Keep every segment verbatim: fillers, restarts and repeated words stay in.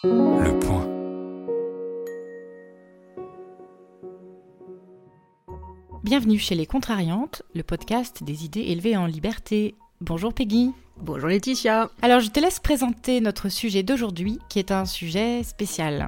Le point. Bienvenue chez Les Contrariantes, le podcast des idées élevées en liberté. Bonjour Peggy. Bonjour Laetitia. Alors je te laisse présenter notre sujet d'aujourd'hui, qui est un sujet spécial.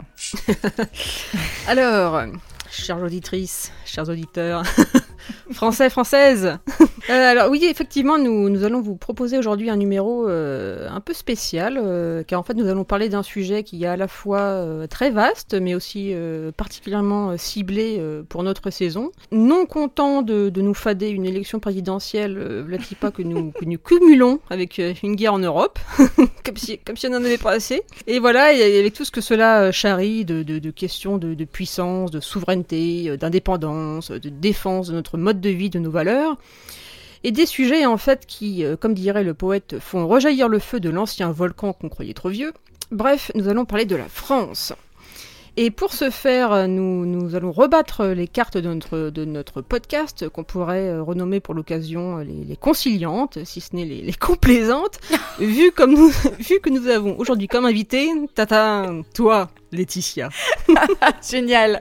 Alors, chères auditrices, chers auditeurs, français, françaises. Euh, alors oui, effectivement, nous, nous allons vous proposer aujourd'hui un numéro euh, un peu spécial, euh, car en fait nous allons parler d'un sujet qui est à la fois euh, très vaste, mais aussi euh, particulièrement euh, ciblé euh, pour notre saison. Non content de, de nous fader une élection présidentielle, euh, voilà pas que nous, que nous cumulons avec euh, une guerre en Europe, comme si, comme si on n'en avait pas assez. Et voilà, et avec tout ce que cela euh, charrie de, de, de questions de, de puissance, de souveraineté, euh, d'indépendance, de défense de notre mode de vie, de nos valeurs. Et des sujets en fait qui, euh, comme dirait le poète, font rejaillir le feu de l'ancien volcan qu'on croyait trop vieux. Bref, nous allons parler de la France. Et pour ce faire, nous, nous allons rebattre les cartes de notre, de notre podcast, qu'on pourrait euh, renommer pour l'occasion les, les conciliantes, si ce n'est les, les complaisantes, vu, comme nous, vu que nous avons aujourd'hui comme invité, tata, toi, Laetitia. Génial.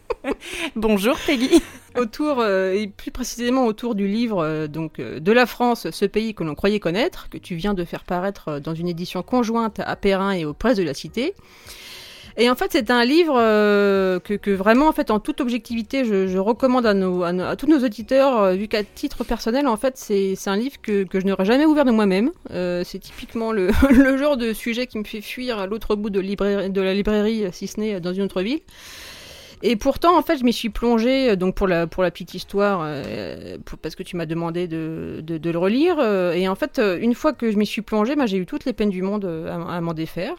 Bonjour Peggy. Autour, euh, et plus précisément autour du livre euh, donc, euh, de la France, ce pays que l'on croyait connaître, que tu viens de faire paraître euh, dans une édition conjointe à Perrin et aux Presses de la Cité. Et en fait, c'est un livre euh, que, que vraiment, en fait, en toute objectivité, je, je recommande à, nos, à, nos, à tous nos auditeurs, euh, vu qu'à titre personnel, en fait, c'est, c'est un livre que, que je n'aurais jamais ouvert de moi-même. Euh, c'est typiquement le, le genre de sujet qui me fait fuir à l'autre bout de, librairie, de la librairie, si ce n'est dans une autre ville. Et pourtant, en fait, je m'y suis plongée, donc pour la, pour la petite histoire, euh, pour, parce que tu m'as demandé de, de, de le relire. Euh, et en fait, une fois que je m'y suis plongée, bah, j'ai eu toutes les peines du monde à, à m'en défaire.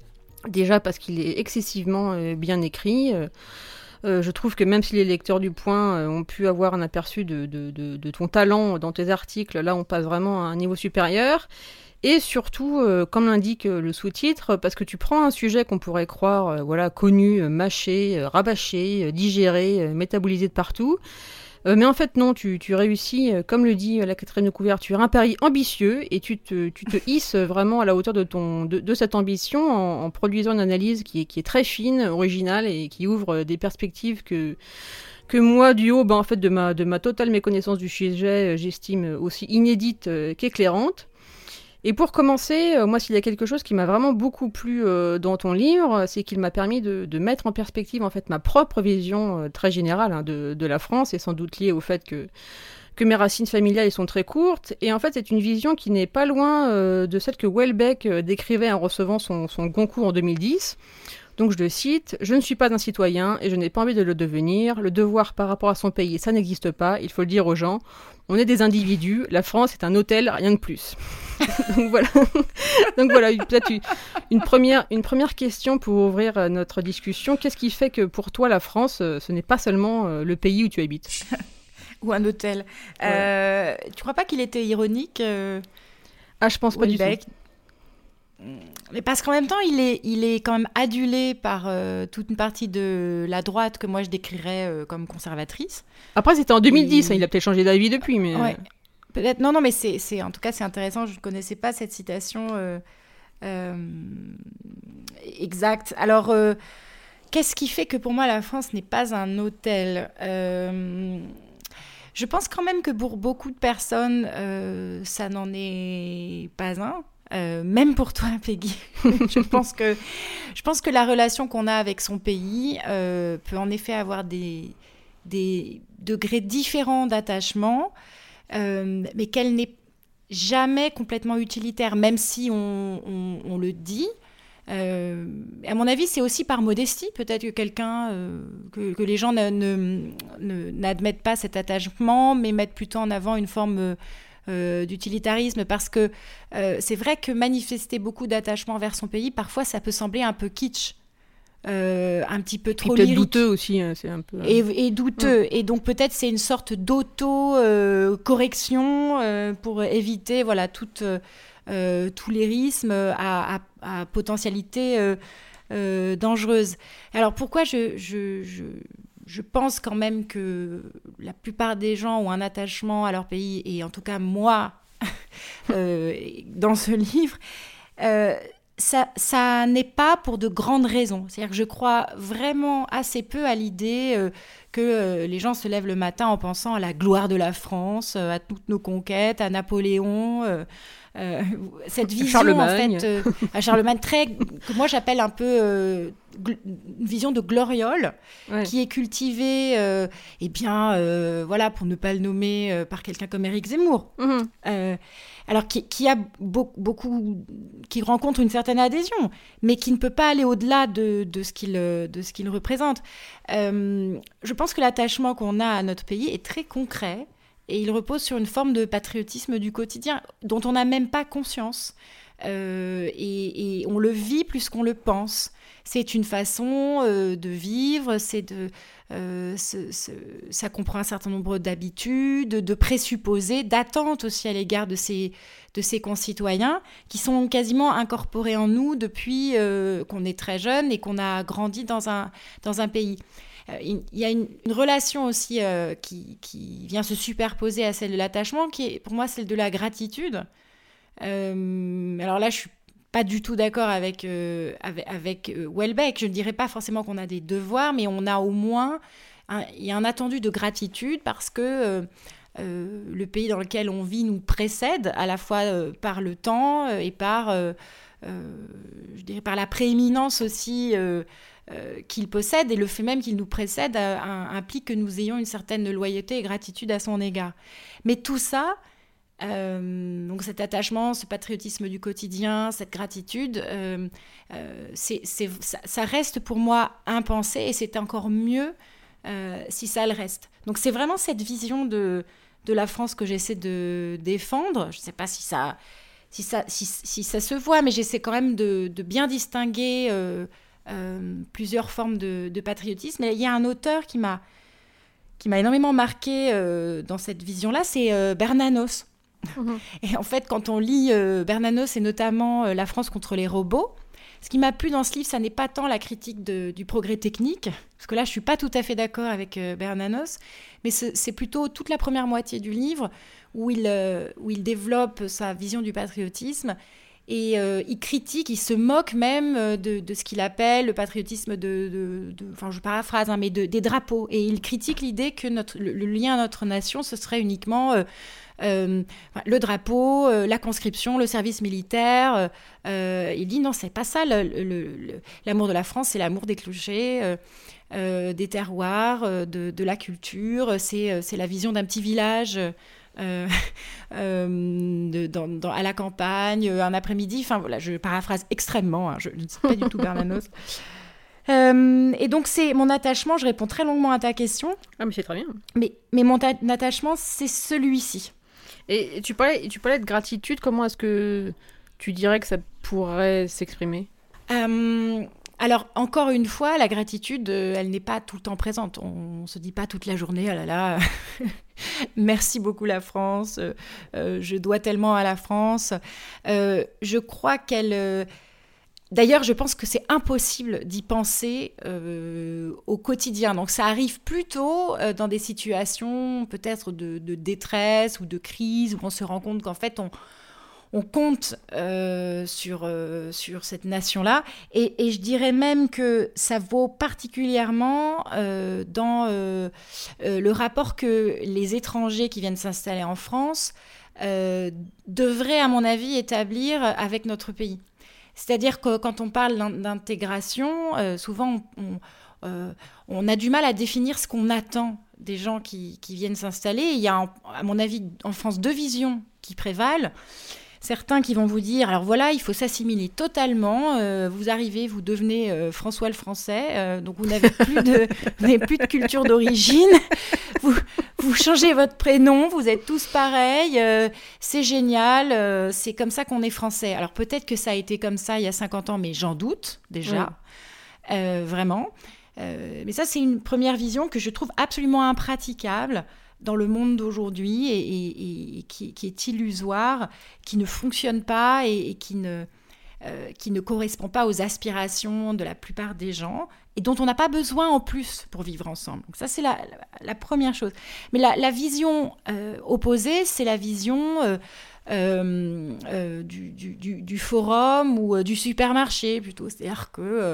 Déjà parce qu'il est excessivement euh, bien écrit. Euh, euh, je trouve que même si les lecteurs du Point euh, ont pu avoir un aperçu de, de, de, de ton talent dans tes articles, là, on passe vraiment à un niveau supérieur. Et surtout, euh, comme l'indique euh, le sous-titre, parce que tu prends un sujet qu'on pourrait croire euh, voilà, connu, euh, mâché, euh, rabâché, euh, digéré, euh, métabolisé de partout. Euh, mais en fait, non, tu, tu réussis, euh, comme le dit euh, la quatrième de couverture, un pari ambitieux et tu te, tu te hisses vraiment à la hauteur de, ton, de, de cette ambition en, en produisant une analyse qui est, qui est très fine, originale et qui ouvre des perspectives que... que moi, du haut ben, en fait, de, ma, de ma totale méconnaissance du sujet, euh, j'estime aussi inédite euh, qu'éclairante. Et pour commencer, euh, moi, s'il y a quelque chose qui m'a vraiment beaucoup plu euh, dans ton livre, c'est qu'il m'a permis de, de mettre en perspective en fait ma propre vision euh, très générale hein, de, de la France, et sans doute liée au fait que, que mes racines familiales sont très courtes. Et en fait, c'est une vision qui n'est pas loin euh, de celle que Houellebecq euh, décrivait en recevant son, son Goncourt en deux mille dix. Donc je le cite, « Je ne suis pas un citoyen et je n'ai pas envie de le devenir. Le devoir par rapport à son pays, ça n'existe pas. Il faut le dire aux gens. On est des individus. La France est un hôtel, rien de plus. » Donc voilà. Donc voilà, peut-être une première, une première question pour ouvrir notre discussion. Qu'est-ce qui fait que pour toi, la France, ce n'est pas seulement le pays où tu habites ? Ou un hôtel. Ouais. Euh, tu crois pas qu'il était ironique euh, Ah, je pense pas Houellebecq ? du tout. Mais parce qu'en même temps, il est, il est quand même adulé par euh, toute une partie de la droite que moi je décrirais euh, comme conservatrice. Après, c'était en deux mille dix, et... hein, il a peut-être changé d'avis depuis, mais... Ouais. Peut-être, non, non, mais c'est, c'est, en tout cas, c'est intéressant. Je ne connaissais pas cette citation euh, euh, exacte. Alors, euh, qu'est-ce qui fait que pour moi, la France n'est pas un hôtel ? euh, Je pense quand même que pour beaucoup de personnes, euh, ça n'en est pas un. Euh, même pour toi, Peggy. je, pense que, je pense que la relation qu'on a avec son pays euh, peut en effet avoir des, des degrés différents d'attachement. Euh, mais qu'elle n'est jamais complètement utilitaire, même si on, on, on le dit. Euh, à mon avis, c'est aussi par modestie, peut-être que quelqu'un, euh, que, que les gens ne, ne, ne, n'admettent pas cet attachement, mais mettent plutôt en avant une forme euh, d'utilitarisme, parce que euh, c'est vrai que manifester beaucoup d'attachement vers son pays, parfois ça peut sembler un peu kitsch. Euh, un petit peu trop et peut-être lyrique. douteux aussi, hein, c'est un peu... Et, et douteux. Ouais. Et donc peut-être c'est une sorte d'auto-correction euh, euh, pour éviter voilà, toute, euh, tout lyrisme à, à, à potentialité euh, euh, dangereuse. Alors pourquoi je, je, je, je pense quand même que la plupart des gens ont un attachement à leur pays, et en tout cas moi, euh, dans ce livre... Euh, ça, ça n'est pas pour de grandes raisons. C'est-à-dire que je crois vraiment assez peu à l'idée euh, que euh, les gens se lèvent le matin en pensant à la gloire de la France, euh, à toutes nos conquêtes, à Napoléon. Euh, euh, cette vision, Charlemagne. en fait, euh, à Charlemagne, très, que moi j'appelle un peu euh, gl- une vision de gloriole, Ouais. qui est cultivée, euh, eh bien, euh, voilà, pour ne pas le nommer, euh, par quelqu'un comme Éric Zemmour. Mhm. Euh, alors qui, qui a beau- beaucoup, qui rencontre une certaine adhésion, mais qui ne peut pas aller au-delà de, de ce qu'il de ce qu'il représente. Euh, je pense que l'attachement qu'on a à notre pays est très concret et il repose sur une forme de patriotisme du quotidien dont on n'a même pas conscience. Euh, et, et on le vit plus qu'on le pense. C'est une façon euh, de vivre, c'est de, euh, ce- ce- ça comprend un certain nombre d'habitudes, de présupposés, d'attentes aussi à l'égard de ses, de ses concitoyens, qui sont quasiment incorporés en nous depuis euh, qu'on est très jeune et qu'on a grandi dans un, dans un pays. Euh, Il y a une, une relation aussi euh, qui, qui vient se superposer à celle de l'attachement, qui est pour moi celle de la gratitude. Euh, alors là, je suis pas du tout d'accord avec, euh, avec, avec euh, Houellebecq. Je ne dirais pas forcément qu'on a des devoirs, mais on a au moins un, il y a un attendu de gratitude parce que euh, euh, le pays dans lequel on vit nous précède à la fois euh, par le temps euh, et par, euh, euh, je dirais par la prééminence aussi euh, euh, qu'il possède, et le fait même qu'il nous précède euh, un- implique que nous ayons une certaine loyauté et gratitude à son égard. Mais tout ça, euh, donc cet attachement, ce patriotisme du quotidien, cette gratitude, euh, euh, c'est, c'est, ça, ça reste pour moi impensé, et c'est encore mieux euh, si ça le reste. Donc c'est vraiment cette vision de, de la France que j'essaie de défendre. Je ne sais pas si ça, si, ça, si, si ça se voit, mais j'essaie quand même de, de bien distinguer euh, euh, plusieurs formes de, de patriotisme. Et il y a un auteur qui m'a, qui m'a énormément marqué euh, dans cette vision-là, c'est euh, Bernanos. Mhm. Et en fait, quand on lit euh, Bernanos et notamment euh, La France contre les robots, ce qui m'a plu dans ce livre, ça n'est pas tant la critique de- du progrès technique, parce que là, je ne suis pas tout à fait d'accord avec euh, Bernanos, mais c'est, c'est plutôt toute la première moitié du livre où il, euh, où il développe sa vision du patriotisme. Et euh, il critique, il se moque même euh, de, de ce qu'il appelle le patriotisme de, de, de- enfin je paraphrase, hein, mais de, des drapeaux. Et il critique l'idée que notre, le, le lien à notre nation, ce serait uniquement euh, euh, enfin, le drapeau, euh, la conscription, le service militaire. Euh, il dit non, c'est pas ça. Le, le- le- l'amour de la France, c'est l'amour des clochers, euh, euh, des terroirs, euh, de, de la culture. C'est, euh, c'est la vision d'un petit village. Euh, euh, de- dans- dans- à la campagne, euh, un après-midi. Enfin voilà, je paraphrase extrêmement. Hein, je je ne sais pas du tout Bernanos. Euh, et donc c'est mon attachement. Je réponds très longuement à ta question, Ah, mais c'est très bien. mais mais mon ta- attachement, c'est celui-ci. Et tu parlais, tu parlais de gratitude, comment est-ce que tu dirais que ça pourrait s'exprimer? Euh, alors, encore une fois, la gratitude, euh, elle n'est pas tout le temps présente. On ne se dit pas toute la journée, ah là là, merci beaucoup la France, euh, euh, je dois tellement à la France. Euh, je crois qu'elle... euh, D'ailleurs, je pense que c'est impossible d'y penser euh, au quotidien. Donc, ça arrive plutôt euh, dans des situations peut-être de, de détresse ou de crise, où on se rend compte qu'en fait, on, on compte euh, sur, euh, sur cette nation-là. Et, et je dirais même que ça vaut particulièrement euh, dans euh, euh, le rapport que les étrangers qui viennent s'installer en France euh, devraient, à mon avis, établir avec notre pays. C'est-à-dire que quand on parle d'in- d'intégration, euh, souvent on, on, euh, on a du mal à définir ce qu'on attend des gens qui, qui viennent s'installer. Il y a, en- à mon avis, en France, deux visions qui prévalent. Certains qui vont vous dire, alors voilà, il faut s'assimiler totalement. euh, vous arrivez, vous devenez euh, François le Français, euh, donc vous n'avez plus de, vous n'avez plus de culture d'origine. Vous, vous changez votre prénom, vous êtes tous pareils. euh, c'est génial, euh, c'est comme ça qu'on est français. Alors peut-être que ça a été comme ça il y a cinquante ans, mais j'en doute déjà, euh, vraiment. Euh, mais ça, c'est une première vision que je trouve absolument impraticable dans le monde d'aujourd'hui et, et- et qui, qui est illusoire, qui ne fonctionne pas et, et qui ne... euh, qui ne correspond pas aux aspirations de la plupart des gens et dont on n'a pas besoin en plus pour vivre ensemble. Donc ça, c'est la, la, la première chose. Mais la, la vision euh, opposée, c'est la vision euh, euh, euh, du, du, du, du forum ou euh, du supermarché plutôt. C'est-à-dire que... Euh,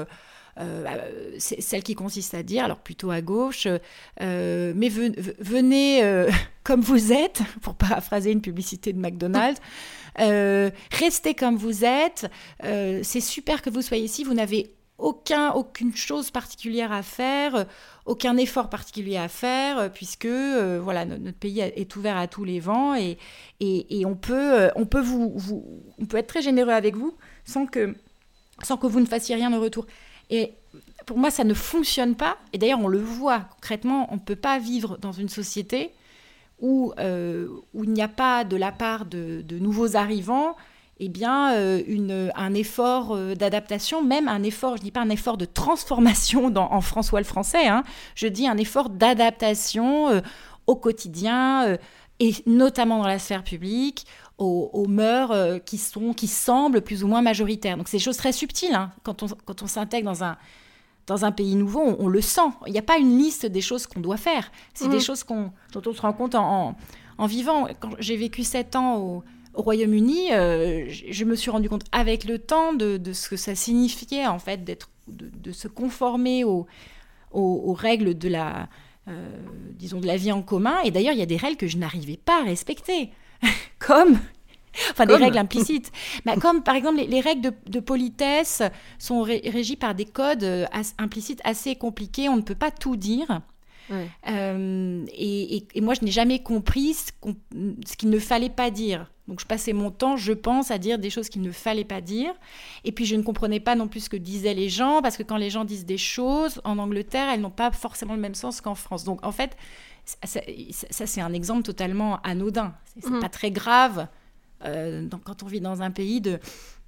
Euh, c'est celle qui consiste à dire, alors plutôt à gauche, euh, mais ve- venez euh, comme vous êtes, pour paraphraser une publicité de McDonald's, euh, restez comme vous êtes, euh, c'est super que vous soyez ici, vous n'avez aucun, aucune chose particulière à faire, aucun effort particulier à faire, puisque euh, voilà, notre, notre pays est ouvert à tous les vents et, et, et on peut, on peut vous, vous, on peut être très généreux avec vous sans que, sans que vous ne fassiez rien en retour. Et pour moi, ça ne fonctionne pas. Et d'ailleurs, on le voit concrètement, on ne peut pas vivre dans une société où, euh, où il n'y a pas de la part de, de nouveaux arrivants eh bien, euh, une, un effort euh, d'adaptation, même un effort, je ne dis pas un effort de transformation dans, en François le français, hein, je dis un effort d'adaptation euh, au quotidien, euh, et notamment dans la sphère publique, Aux, aux mœurs euh, qui, sont, qui semblent plus ou moins majoritaires. Donc, c'est des choses très subtiles. Hein. Quand, on, quand on s'intègre dans un, dans un pays nouveau, on, on le sent. Il n'y a pas une liste des choses qu'on doit faire. C'est mmh. des choses qu'on, dont on se rend compte en, en, en vivant. Quand j'ai vécu sept ans au, au Royaume-Uni, euh, je, je me suis rendu compte avec le temps de, de ce que ça signifiait, en fait, d'être, de, de se conformer aux, aux, aux règles de la, euh, disons, de la vie en commun. Et d'ailleurs, il y a des règles que je n'arrivais pas à respecter. Comme, enfin comme. des règles implicites, bah, comme par exemple les, les règles de, de politesse sont ré, régies par des codes as, implicites assez compliqués, on ne peut pas tout dire. Ouais. Euh, et, et, et moi je n'ai jamais compris ce, ce qu'il ne fallait pas dire. Donc je passais mon temps, je pense, à dire des choses qu'il ne fallait pas dire. Et puis je ne comprenais pas non plus ce que disaient les gens, parce que quand les gens disent des choses en Angleterre, elles n'ont pas forcément le même sens qu'en France. Donc en fait, Ça, ça, ça, c'est un exemple totalement anodin. C'est, c'est mmh. pas très grave euh, dans, quand on vit dans un pays de,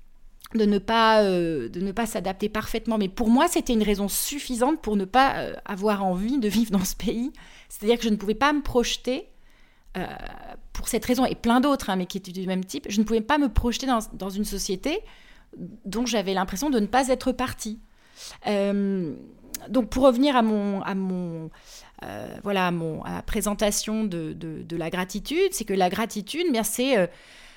de, ne pas, euh, de ne pas s'adapter parfaitement. Mais pour moi, c'était une raison suffisante pour ne pas euh, avoir envie de vivre dans ce pays. C'est-à-dire que je ne pouvais pas me projeter, euh, pour cette raison, et plein d'autres, hein, mais qui étaient du même type, je ne pouvais pas me projeter dans, dans une société dont j'avais l'impression de ne pas être partie. Euh, donc, pour revenir à mon... À mon Euh, voilà, à, mon, à la présentation de, de, de la gratitude, c'est que la gratitude, bien, c'est, euh,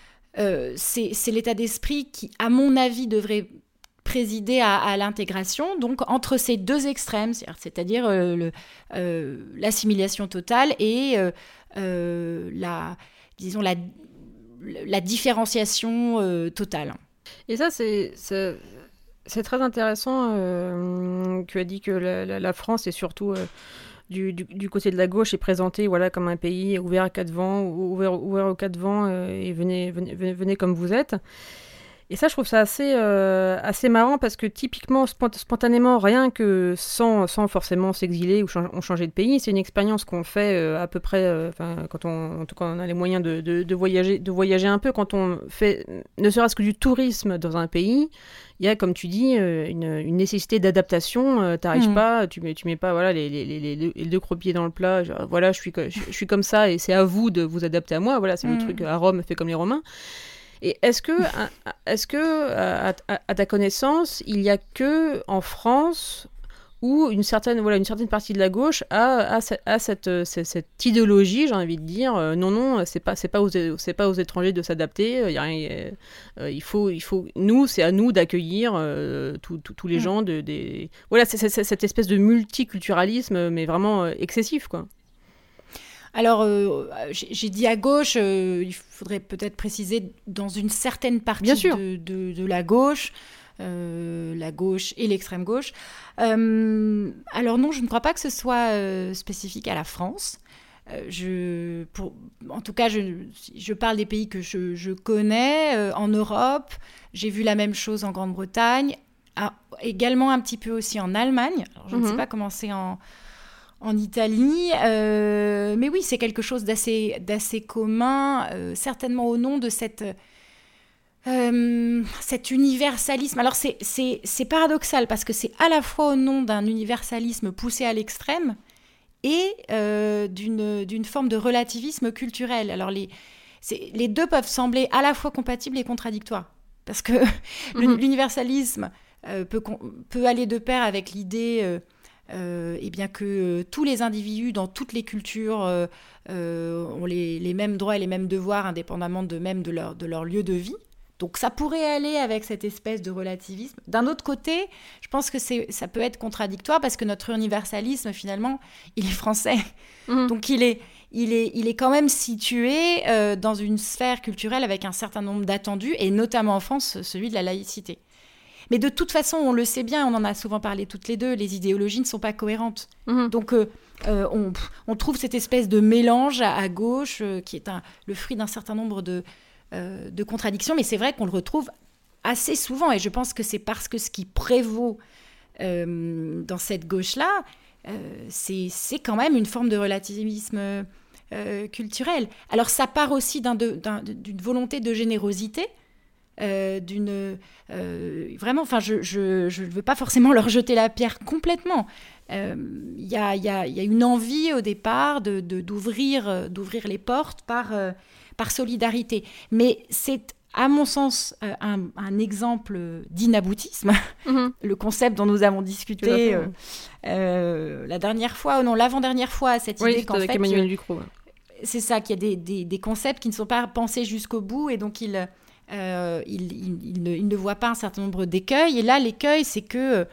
euh, c'est, c'est l'état d'esprit qui, à mon avis, devrait présider à, à l'intégration, donc entre ces deux extrêmes, c'est-à-dire, c'est-à-dire euh, le, euh, l'assimilation totale et euh, euh, la, disons, la, la différenciation euh, totale. Et ça, c'est... c'est... C'est très intéressant euh, que tu as dit que la, la, la France est surtout euh, du, du, du côté de la gauche est présentée voilà, comme un pays ouvert à quatre vents, ouvert, ouvert aux quatre vents euh, et venez, venez, venez comme vous êtes. Et ça, je trouve ça assez, euh, assez marrant parce que typiquement, spontanément, rien que sans, sans forcément s'exiler ou ch- on changer de pays, c'est une expérience qu'on fait euh, à peu près, euh, quand on, en tout cas, on a les moyens de, de, de, voyager, de voyager un peu. Quand on fait ne serait-ce que du tourisme dans un pays, il y a, comme tu dis, une, une nécessité d'adaptation. Euh, t'arrives mmh. pas, tu mets, tu mets pas voilà, les, les, les, les, deux, les deux crocs-pieds dans le plat. Genre, voilà, je suis, je, je suis comme ça et c'est à vous de vous adapter à moi. Voilà, c'est mmh. le truc à Rome, fait comme les Romains. Et est-ce que, est-ce que à, à, à ta connaissance, il n'y a que en France où une certaine, voilà, une certaine partie de la gauche a, a, a cette, cette, cette idéologie, j'ai envie de dire, euh, non, non, c'est pas, c'est pas aux, c'est pas aux étrangers de s'adapter. Il y a, euh, il faut, il faut, nous, c'est à nous d'accueillir euh, tous les gens de, des, voilà, c'est, c'est, c'est cette espèce de multiculturalisme, mais vraiment euh, excessif, quoi. Alors, euh, j'ai, j'ai dit à gauche, euh, il faudrait peut-être préciser dans une certaine partie de, de, de la gauche, euh, la gauche et l'extrême gauche. Euh, alors non, je ne crois pas que ce soit euh, spécifique à la France. Euh, je, pour, en tout cas, je, je parle des pays que je, je connais. Euh, en Europe, j'ai vu la même chose en Grande-Bretagne, ah, également un petit peu aussi en Allemagne. Alors, je mm-hmm. ne sais pas comment c'est en... en Italie, euh, mais oui, c'est quelque chose d'assez, d'assez commun, euh, certainement au nom de cette, euh, cet universalisme. Alors c'est, c'est, c'est paradoxal parce que c'est à la fois au nom d'un universalisme poussé à l'extrême et euh, d'une, d'une forme de relativisme culturel. Alors les, c'est, les deux peuvent sembler à la fois compatibles et contradictoires. Parce que mm-hmm. l'universalisme euh, peut, peut aller de pair avec l'idée euh, euh, eh bien que euh, tous les individus dans toutes les cultures euh, euh, ont les, les mêmes droits et les mêmes devoirs indépendamment de même de leur, de leur lieu de vie. Donc ça pourrait aller avec cette espèce de relativisme. D'un autre côté, je pense que c'est, ça peut être contradictoire parce que notre universalisme, finalement, il est français. Mmh. Donc il est, il, est, il est quand même situé euh, dans une sphère culturelle avec un certain nombre d'attendus, et notamment en France, celui de la laïcité. Mais de toute façon, on le sait bien, on en a souvent parlé toutes les deux, les idéologies ne sont pas cohérentes. Mmh. Donc euh, euh, on, on trouve cette espèce de mélange à, à gauche euh, qui est un, le fruit d'un certain nombre de... Euh, de contradictions, mais c'est vrai qu'on le retrouve assez souvent, et je pense que c'est parce que ce qui prévaut euh, dans cette gauche-là, euh, c'est, c'est quand même une forme de relativisme euh, culturel. Alors ça part aussi d'un de, d'un, d'une volonté de générosité, euh, d'une... Euh, vraiment, enfin, je ne je, je veux pas forcément leur jeter la pierre complètement. Il euh, y, a, y, a, y a une envie au départ de, de, d'ouvrir, d'ouvrir les portes par... Euh, par solidarité. Mais c'est, à mon sens, euh, un, un exemple d'inaboutisme. Mmh. Le concept dont nous avons discuté euh, euh, la dernière fois, ou non, l'avant-dernière fois, cette oui, idée qu'en avec fait... Emmanuel Ducrot. Ouais. C'est ça, qu'il y a des, des, des concepts qui ne sont pas pensés jusqu'au bout, et donc ils, euh, ils, ils, ils, ne, ils ne voient pas un certain nombre d'écueils. Et là, l'écueil, c'est que...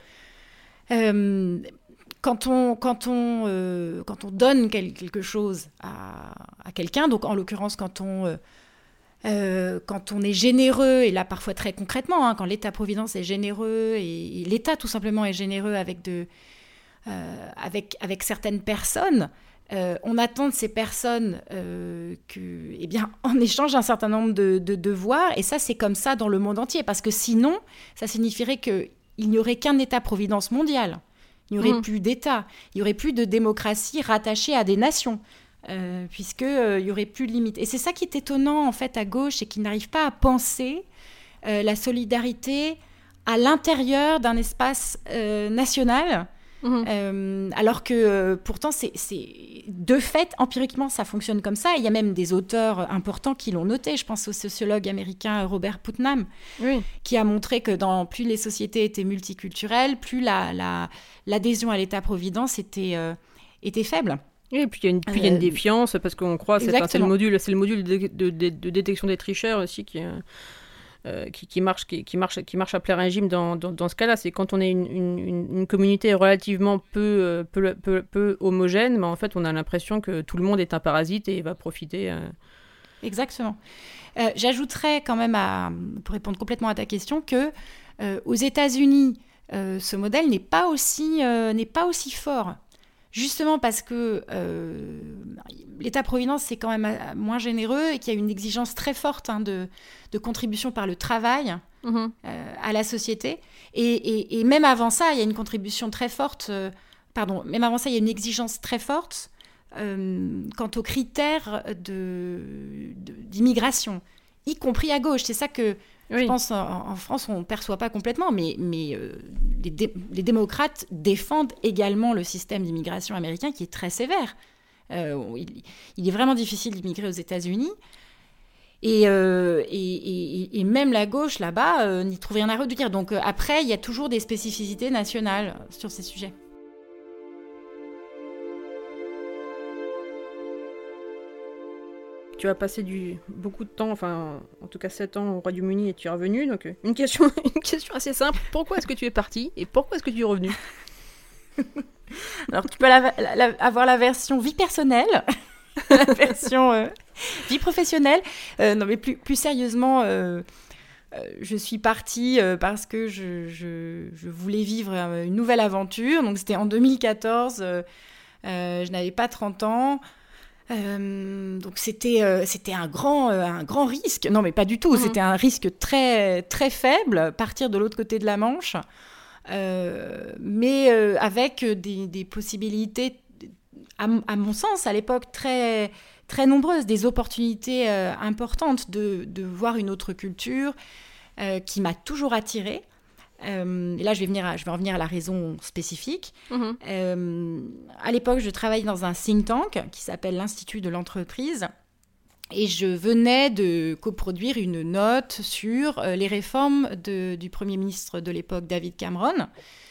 Euh, Quand on, quand, on, euh, quand on donne quelque chose à, à quelqu'un, donc en l'occurrence quand on, euh, euh, quand on est généreux, et là parfois très concrètement, hein, quand l'État-providence est généreux, et, et l'État tout simplement est généreux avec, de, euh, avec, avec certaines personnes, euh, on attend de ces personnes euh, que, eh bien, en échange un certain nombre de, de devoirs, et ça c'est comme ça dans le monde entier, parce que sinon ça signifierait qu'il n'y aurait qu'un État-providence mondial. Il n'y aurait mmh. plus d'État, il n'y aurait plus de démocratie rattachée à des nations, euh, puisqu'il euh, n'y aurait plus de limites. Et c'est ça qui est étonnant, en fait, à gauche, et qui n'arrive pas à penser euh, la solidarité à l'intérieur d'un espace euh, national, mmh. euh, alors que euh, pourtant, c'est, c'est, de fait, empiriquement, ça fonctionne comme ça. Il y a même des auteurs importants qui l'ont noté. Je pense au sociologue américain Robert Putnam, oui. qui a montré que dans, plus les sociétés étaient multiculturelles, plus la, la, l'adhésion à l'État-providence était, euh, était faible. Oui, et puis il y a une, puis, euh, y a une défiance, parce qu'on croit, c'est, c'est, le module, c'est le module de, de, de, de détection des tricheurs aussi qui... Euh... Euh, qui, qui, marche, qui, qui, marche, qui marche à plein régime dans, dans, dans ce cas-là. C'est quand on est une, une, une communauté relativement peu, peu, peu, peu homogène, mais en fait, on a l'impression que tout le monde est un parasite et va profiter. Euh... Exactement. Euh, j'ajouterais quand même, à, pour répondre complètement à ta question, que euh, aux États-Unis, euh, ce modèle n'est pas aussi, euh, n'est pas aussi fort. Justement parce que euh, l'État-providence, c'est quand même moins généreux et qu'il y a une exigence très forte hein, de, de contribution par le travail mmh. euh, à la société. Et, et, et même avant ça, il y a une contribution très forte, euh, pardon, même avant ça, il y a une exigence très forte euh, quant aux critères de, de, d'immigration, y compris à gauche. C'est ça que... Oui. Je pense en, en France, on ne perçoit pas complètement, mais, mais euh, les, dé- les démocrates défendent également le système d'immigration américain qui est très sévère. Euh, il, il est vraiment difficile d'immigrer aux États-Unis. Et, euh, et, et, et même la gauche, là-bas, euh, n'y trouve rien à redire. Donc euh, après, il y a toujours des spécificités nationales sur ces sujets. Tu as passé du, beaucoup de temps, enfin, en tout cas sept ans au Royaume-Uni et tu es revenu. Donc, une question, une question assez simple. Pourquoi est-ce que tu es parti et pourquoi est-ce que tu es revenu ? Alors, tu peux la, la, la, avoir la version vie personnelle, la version euh, vie professionnelle. Euh, non, mais plus, plus sérieusement, euh, euh, je suis partie euh, parce que je, je, je voulais vivre une nouvelle aventure. Donc, c'était en deux mille quatorze. Euh, euh, je n'avais pas trente ans. Euh, donc c'était euh, c'était un grand euh, un grand risque. Non mais pas du tout. Mmh. C'était un risque très très faible, partir de l'autre côté de la Manche, euh, mais euh, avec des, des possibilités, à, à mon sens à l'époque très très nombreuses, des opportunités euh, importantes de de voir une autre culture euh, qui m'a toujours attirée. Euh, et là, je vais, venir à, je vais revenir à la raison spécifique. Mmh. Euh, à l'époque, je travaillais dans un think tank qui s'appelle l'Institut de l'entreprise, Et je venais de coproduire une note sur euh, les réformes de, du Premier ministre de l'époque, David Cameron,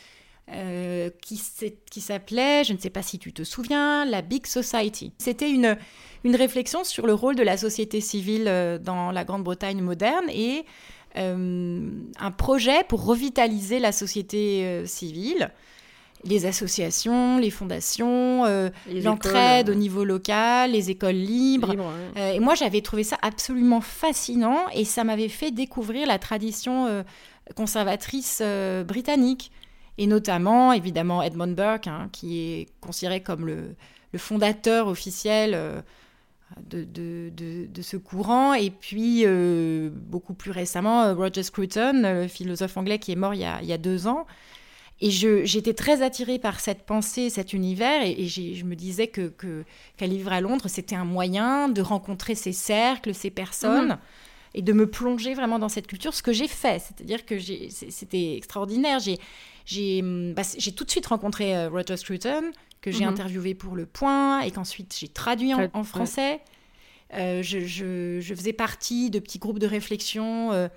euh, qui, qui s'appelait, je ne sais pas si tu te souviens, la Big Society. C'était une, une réflexion sur le rôle de la société civile euh, dans la Grande-Bretagne moderne et euh, un projet pour revitaliser la société euh, civile. Les associations, les fondations, euh, les l'entraide écoles, au niveau local, les écoles libres. Libre, ouais. euh, et moi, j'avais trouvé ça absolument fascinant et ça m'avait fait découvrir la tradition euh, conservatrice euh, britannique. Et notamment, évidemment, Edmund Burke, hein, qui est considéré comme le, le fondateur officiel euh, de, de, de, de ce courant. Et puis, euh, beaucoup plus récemment, Roger Scruton, le philosophe anglais qui est mort il y a, il y a deux ans. Et je, j'étais très attirée par cette pensée, cet univers, et, et j'ai, je me disais que, que, qu'aller vivre à Londres, c'était un moyen de rencontrer ces cercles, ces personnes, mmh. et de me plonger vraiment dans cette culture, ce que j'ai fait. C'est-à-dire que j'ai, c'était extraordinaire. J'ai, j'ai, bah, j'ai tout de suite rencontré euh, Roger Scruton, que j'ai mmh. interviewé pour Le Point, et qu'ensuite j'ai traduit en, en français. Ouais. Euh, je, je, je faisais partie de petits groupes de réflexion euh,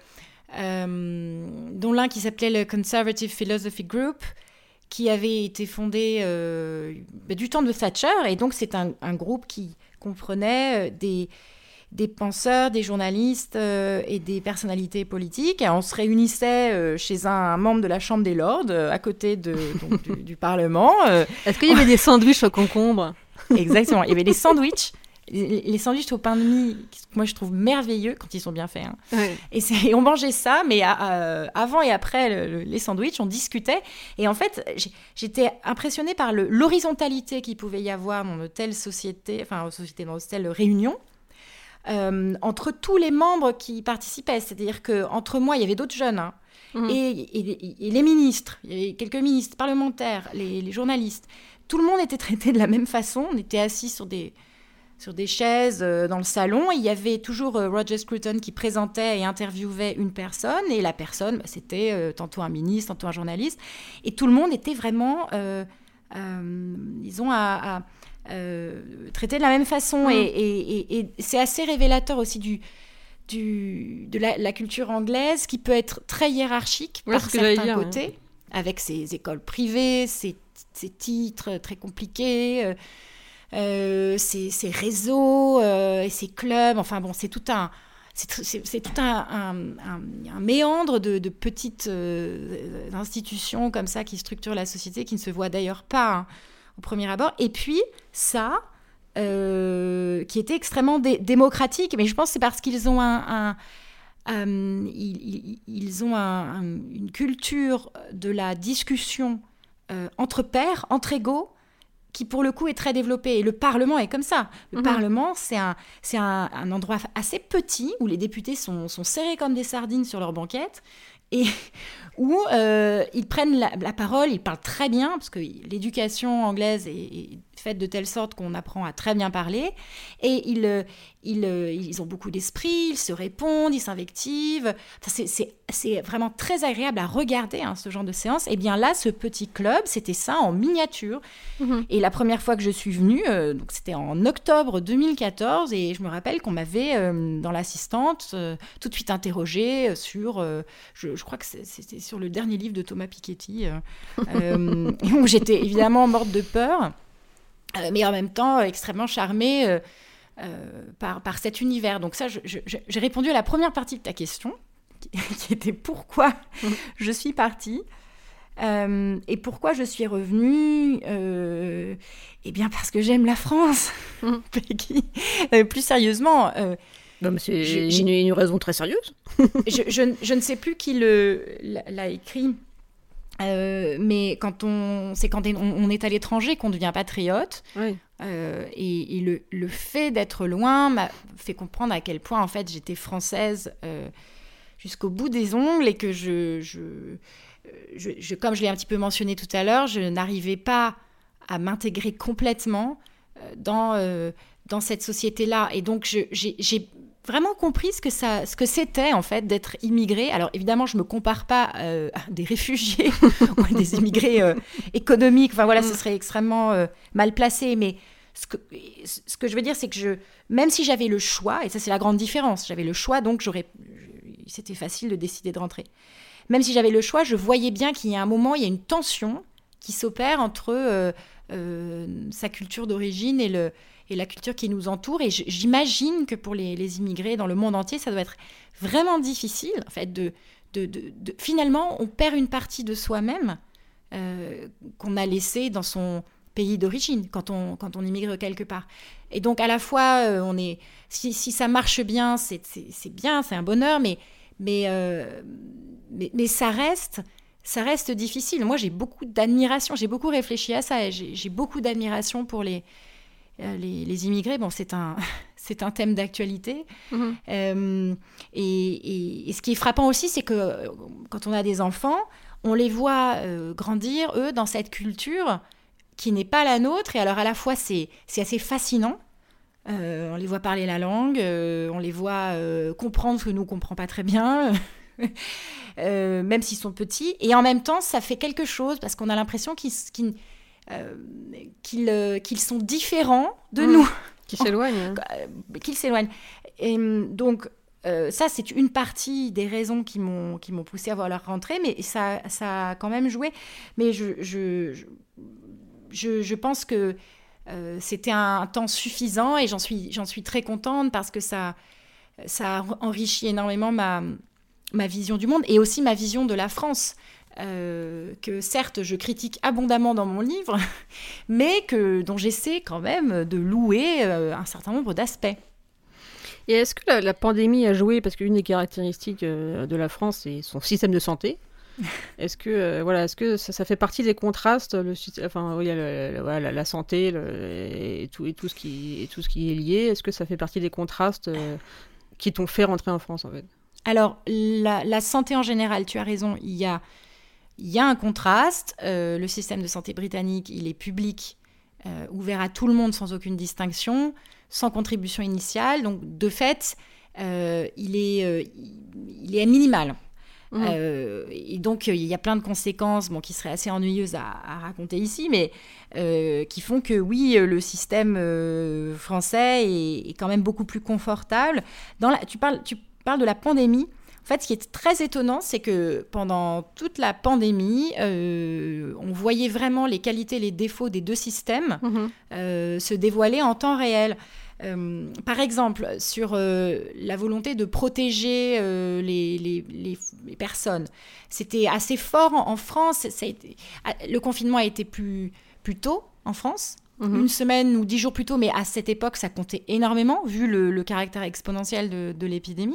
Euh, dont l'un qui s'appelait le Conservative Philosophy Group, qui avait été fondé euh, bah, du temps de Thatcher, et donc c'est un, un groupe qui comprenait euh, des, des penseurs, des journalistes euh, et des personnalités politiques. Et on se réunissait euh, chez un, un membre de la Chambre des Lords, euh, à côté de, donc, du, du Parlement. Euh. Est-ce qu'il y avait des sandwichs au concombre ? Exactement, il y avait des sandwichs. Les sandwichs au pain de mie, moi je trouve merveilleux quand ils sont bien faits. Hein. Ouais. Et, c'est, et on mangeait ça, mais à, à, avant et après le, le, les sandwichs, on discutait. Et en fait, j'étais impressionnée par le, l'horizontalité qu'il pouvait y avoir dans de telles sociétés, enfin sociétés, dans de telles réunions, euh, entre tous les membres qui participaient. C'est-à-dire qu'entre moi, il y avait d'autres jeunes, hein, mmh. et, et, et les ministres, il y avait quelques ministres, parlementaires, les, les journalistes. Tout le monde était traité de la même façon. On était assis sur des... sur des chaises euh, dans le salon. Et il y avait toujours euh, Roger Scruton qui présentait et interviewait une personne. Et la personne, bah, c'était euh, tantôt un ministre, tantôt un journaliste. Et tout le monde était vraiment, euh, euh, disons, à, à euh, traité de la même façon. Mmh. Et, et, et, et c'est assez révélateur aussi du, du, de la, la culture anglaise qui peut être très hiérarchique ouais, par certains dire, côtés, ouais. avec ses écoles privées, ses, ses titres très compliqués, euh, Euh, ces, ces réseaux euh, et ces clubs, enfin bon, c'est tout un, c'est, c'est, c'est tout un, un, un, un méandre de, de petites euh, institutions comme ça qui structurent la société, qui ne se voient d'ailleurs pas hein, au premier abord. Et puis ça, euh, qui était extrêmement dé- démocratique, mais je pense que c'est parce qu'ils ont un, un euh, ils, ils ont un, un, une culture de la discussion euh, entre pairs, entre égaux, qui pour le coup est très développé. Et le Parlement est comme ça. Le mmh. Parlement, c'est, un, c'est un, un endroit assez petit où les députés sont, sont serrés comme des sardines sur leur banquette et où euh, ils prennent la, la parole, ils parlent très bien, parce que l'éducation anglaise est, est faite de telle sorte qu'on apprend à très bien parler. Et ils, ils, ils ont beaucoup d'esprit, ils se répondent, ils s'invectivent. Enfin, c'est, c'est, c'est vraiment très agréable à regarder, hein, ce genre de séance. Et bien là, ce petit club, c'était ça en miniature. Mmh. Et la première fois que je suis venue, euh, donc c'était en octobre deux mille quatorze, et je me rappelle qu'on m'avait, euh, dans l'assistante, euh, tout de suite interrogée sur, euh, je, je crois que c'était sur le dernier livre de Thomas Piketty, euh, euh, où j'étais évidemment morte de peur. Euh, mais en même temps euh, extrêmement charmée euh, euh, par, par cet univers. Donc ça, je, je, j'ai répondu à la première partie de ta question, qui, qui était pourquoi mmh. je suis partie euh, et pourquoi je suis revenue. Euh, eh bien parce que j'aime la France, mmh. Peggy. Euh, plus sérieusement... Euh, non, mais c'est je, une, une raison très sérieuse. je, je, je ne sais plus qui le, l'a, l'a écrit... Euh, mais quand on, c'est quand on, on est à l'étranger qu'on devient patriote. Oui. Euh, et, et le, le fait d'être loin m'a fait comprendre à quel point en fait j'étais française euh, jusqu'au bout des ongles et que je, je, je, je, comme je l'ai un petit peu mentionné tout à l'heure, je n'arrivais pas à m'intégrer complètement dans, euh, dans cette société-là. Et donc je, j'ai, j'ai vraiment compris ce que, ça, ce que c'était, en fait, d'être immigré. Alors, évidemment, je ne me compare pas euh, à des réfugiés ou à des immigrés euh, économiques. Enfin, voilà, ce serait extrêmement euh, mal placé. Mais ce que, ce que je veux dire, c'est que je, même si j'avais le choix, et ça c'est la grande différence, j'avais le choix, donc j'aurais, c'était facile de décider de rentrer. Même si j'avais le choix, je voyais bien qu'il y a un moment, il y a une tension qui s'opère entre euh, euh, sa culture d'origine et, le, et la culture qui nous entoure. Et j'imagine que pour les, les immigrés dans le monde entier, ça doit être vraiment difficile, en fait, de, de, de, de finalement, on perd une partie de soi-même euh, qu'on a laissée dans son pays d'origine quand on, quand on immigre quelque part. Et donc, à la fois, euh, on est, si, si ça marche bien, c'est, c'est, c'est bien, c'est un bonheur, mais, mais, euh, mais, mais ça reste... ça reste difficile. Moi, j'ai beaucoup d'admiration, j'ai beaucoup réfléchi à ça, et j'ai, j'ai beaucoup d'admiration pour les, euh, les, les immigrés. Bon, c'est un, c'est un thème d'actualité. Mmh. Euh, et, et, et ce qui est frappant aussi, c'est que quand on a des enfants, on les voit euh, grandir, eux, dans cette culture qui n'est pas la nôtre. Et alors, à la fois, c'est, c'est assez fascinant. Euh, on les voit parler la langue, euh, on les voit euh, comprendre ce que nous, on ne comprend pas très bien. Euh, même s'ils sont petits, et en même temps ça fait quelque chose parce qu'on a l'impression qu'ils, qu'ils, euh, qu'ils, euh, qu'ils sont différents de mmh, nous, qu'ils s'éloignent, euh, qu'ils s'éloignent. Et donc euh, ça c'est une partie des raisons qui m'ont qui m'ont poussée à voir leur rentrée, mais ça ça a quand même joué. Mais je je je, je pense que euh, c'était un temps suffisant et j'en suis j'en suis très contente parce que ça ça a enrichi énormément ma ma vision du monde et aussi ma vision de la France, euh, que certes je critique abondamment dans mon livre, mais que, dont j'essaie quand même de louer euh, un certain nombre d'aspects. Et est-ce que la, la pandémie a joué, parce qu'une des caractéristiques euh, de la France, c'est son système de santé. Est-ce que, euh, voilà, est-ce que ça, ça fait partie des contrastes, le, enfin, oui, le, le, voilà, la santé le, et, tout, et, tout ce qui, et tout ce qui est lié, est-ce que ça fait partie des contrastes euh, qui t'ont fait rentrer en France, en fait ? Alors, la, la santé en général, tu as raison, il y a, il y a un contraste. Euh, le système de santé britannique, il est public, euh, ouvert à tout le monde sans aucune distinction, sans contribution initiale. Donc, de fait, euh, il, est, euh, il est minimal. Mmh. Euh, et donc, il y a plein de conséquences bon, qui seraient assez ennuyeuses à, à raconter ici, mais euh, qui font que, oui, le système euh, français est, est quand même beaucoup plus confortable. Dans la, tu parles... Tu, parle de la pandémie. En fait, ce qui est très étonnant, c'est que pendant toute la pandémie, euh, on voyait vraiment les qualités et les défauts des deux systèmes mmh. euh, se dévoiler en temps réel. Euh, par exemple, sur euh, la volonté de protéger euh, les, les, les, les personnes. C'était assez fort en, en France. Ça a été, le confinement a été plus, plus tôt en France. Mmh. Une semaine ou dix jours plus tôt, mais à cette époque, ça comptait énormément, vu le, le caractère exponentiel de, de l'épidémie.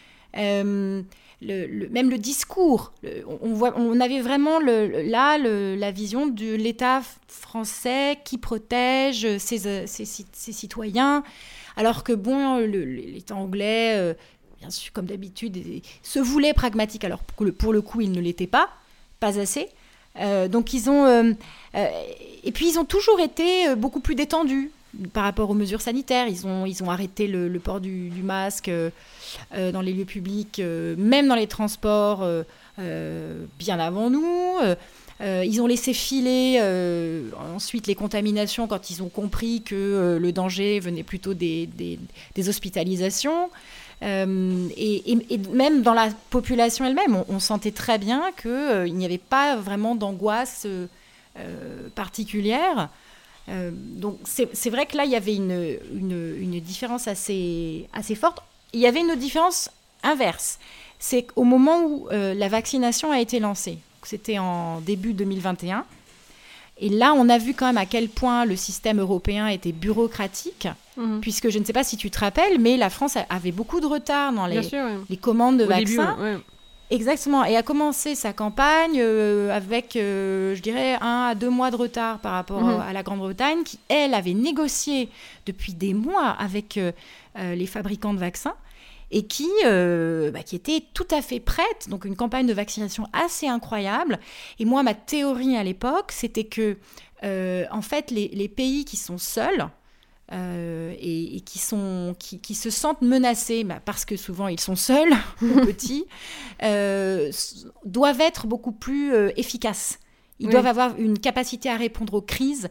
Euh, le, le, même le discours, le, on, voit, on avait vraiment le, là le, la vision de l'État français qui protège ses, ses, ses, ses citoyens, alors que bon, le, l'État anglais, euh, bien sûr, comme d'habitude, se voulait pragmatique, alors pour le, pour le coup, il ne l'était pas, pas assez. Euh, donc ils ont euh, euh, et puis ils ont toujours été beaucoup plus détendus par rapport aux mesures sanitaires. Ils ont ils ont arrêté le, le port du, du masque euh, euh, dans les lieux publics, euh, même dans les transports, euh, euh, bien avant nous. Euh, euh, ils ont laissé filer euh, ensuite les contaminations quand ils ont compris que euh, le danger venait plutôt des, des, des hospitalisations. Euh, et, et, et même dans la population elle-même, on, on sentait très bien qu'il euh, n'y avait pas vraiment d'angoisse euh, particulière. Euh, donc c'est, c'est vrai que là, il y avait une, une, une différence assez, assez forte. Il y avait une différence inverse. C'est qu'au moment où euh, la vaccination a été lancée, c'était en début deux mille vingt et un, et là, on a vu quand même à quel point le système européen était bureaucratique, mmh. puisque je ne sais pas si tu te rappelles, mais la France avait beaucoup de retard dans les, sûr, ouais. les commandes de Au vaccins. Début, ouais. Exactement, et a commencé sa campagne euh, avec, euh, je dirais, un à deux mois de retard par rapport mmh. à la Grande-Bretagne, qui, elle, avait négocié depuis des mois avec euh, euh, les fabricants de vaccins, et qui, euh, bah, qui était tout à fait prête, donc une campagne de vaccination assez incroyable. Et moi, ma théorie à l'époque, c'était que, euh, en fait, les, les pays qui sont seuls euh, et, et qui, sont, qui, qui se sentent menacés, bah, parce que souvent ils sont seuls ou petits, euh, doivent être beaucoup plus euh, efficaces. Ils oui. doivent avoir une capacité à répondre aux crises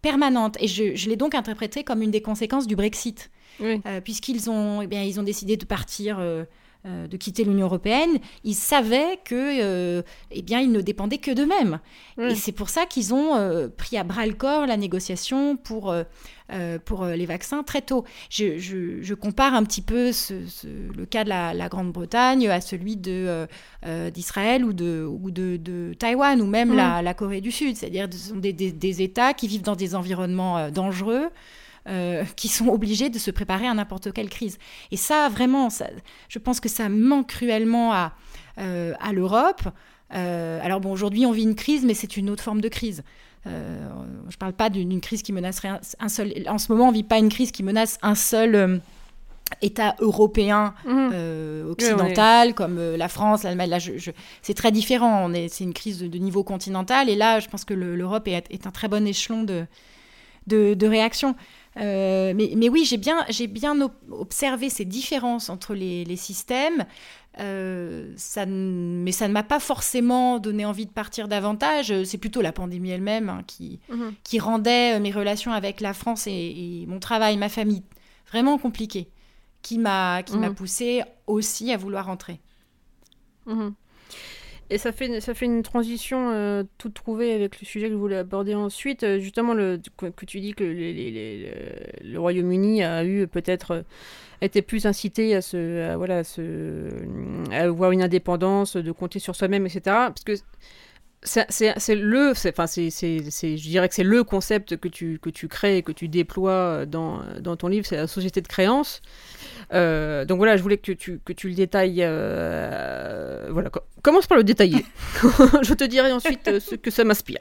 permanente. Et je, je l'ai donc interprétée comme une des conséquences du Brexit. Oui. Euh, puisqu'ils ont, eh bien, ils ont décidé de partir, euh, euh, de quitter l'Union européenne. Ils savaient que, euh, eh bien, ils ne dépendaient que d'eux-mêmes. Oui. Et c'est pour ça qu'ils ont euh, pris à bras-le-corps la négociation pour, euh, euh, pour euh, les vaccins très tôt. Je, je, je compare un petit peu ce, ce, le cas de la, la Grande-Bretagne à celui de, euh, euh, d'Israël ou, de, ou de, de Taïwan ou même mmh. la, la Corée du Sud. C'est-à-dire que ce sont des, des, des États qui vivent dans des environnements euh, dangereux, Euh, qui sont obligés de se préparer à n'importe quelle crise. Et ça, vraiment, ça, je pense que ça manque cruellement à, euh, à l'Europe. Euh, alors bon, aujourd'hui, on vit une crise, mais c'est une autre forme de crise. Euh, je ne parle pas d'une, d'une crise qui menacerait un, un seul... En ce moment, on ne vit pas une crise qui menace un seul euh, État européen mmh. euh, occidental, oui, oui. comme euh, la France, l'Allemagne. Là, je, je... C'est très différent. On est... C'est une crise de, de niveau continental. Et là, je pense que le, l'Europe est, est un très bon échelon de, de, de réaction. Euh, mais, mais oui, j'ai bien, j'ai bien observé ces différences entre les, les systèmes, euh, ça, mais ça ne m'a pas forcément donné envie de partir davantage. C'est plutôt la pandémie elle-même hein, qui, mmh. qui rendait mes relations avec la France et, et mon travail, ma famille, vraiment compliquées, qui m'a, qui mmh. m'a poussée aussi à vouloir rentrer. Mmh. Et ça fait, ça fait une transition euh, toute trouvée avec le sujet que je voulais aborder ensuite. Euh, justement, le, que, que tu dis que les, les, les, le Royaume-Uni a eu peut-être euh, été plus incité à, se, à, voilà, à, se, à avoir une indépendance, de compter sur soi-même, et cetera. Parce que c'est, c'est, c'est le, c'est, enfin, c'est, c'est, c'est, je dirais que c'est le concept que tu, que tu crées et que tu déploies dans, dans ton livre, c'est la société de créance. Euh, donc voilà, je voulais que tu, que tu le détailles. Euh, voilà, commence par le détailler. Je te dirai ensuite ce que ça m'inspire.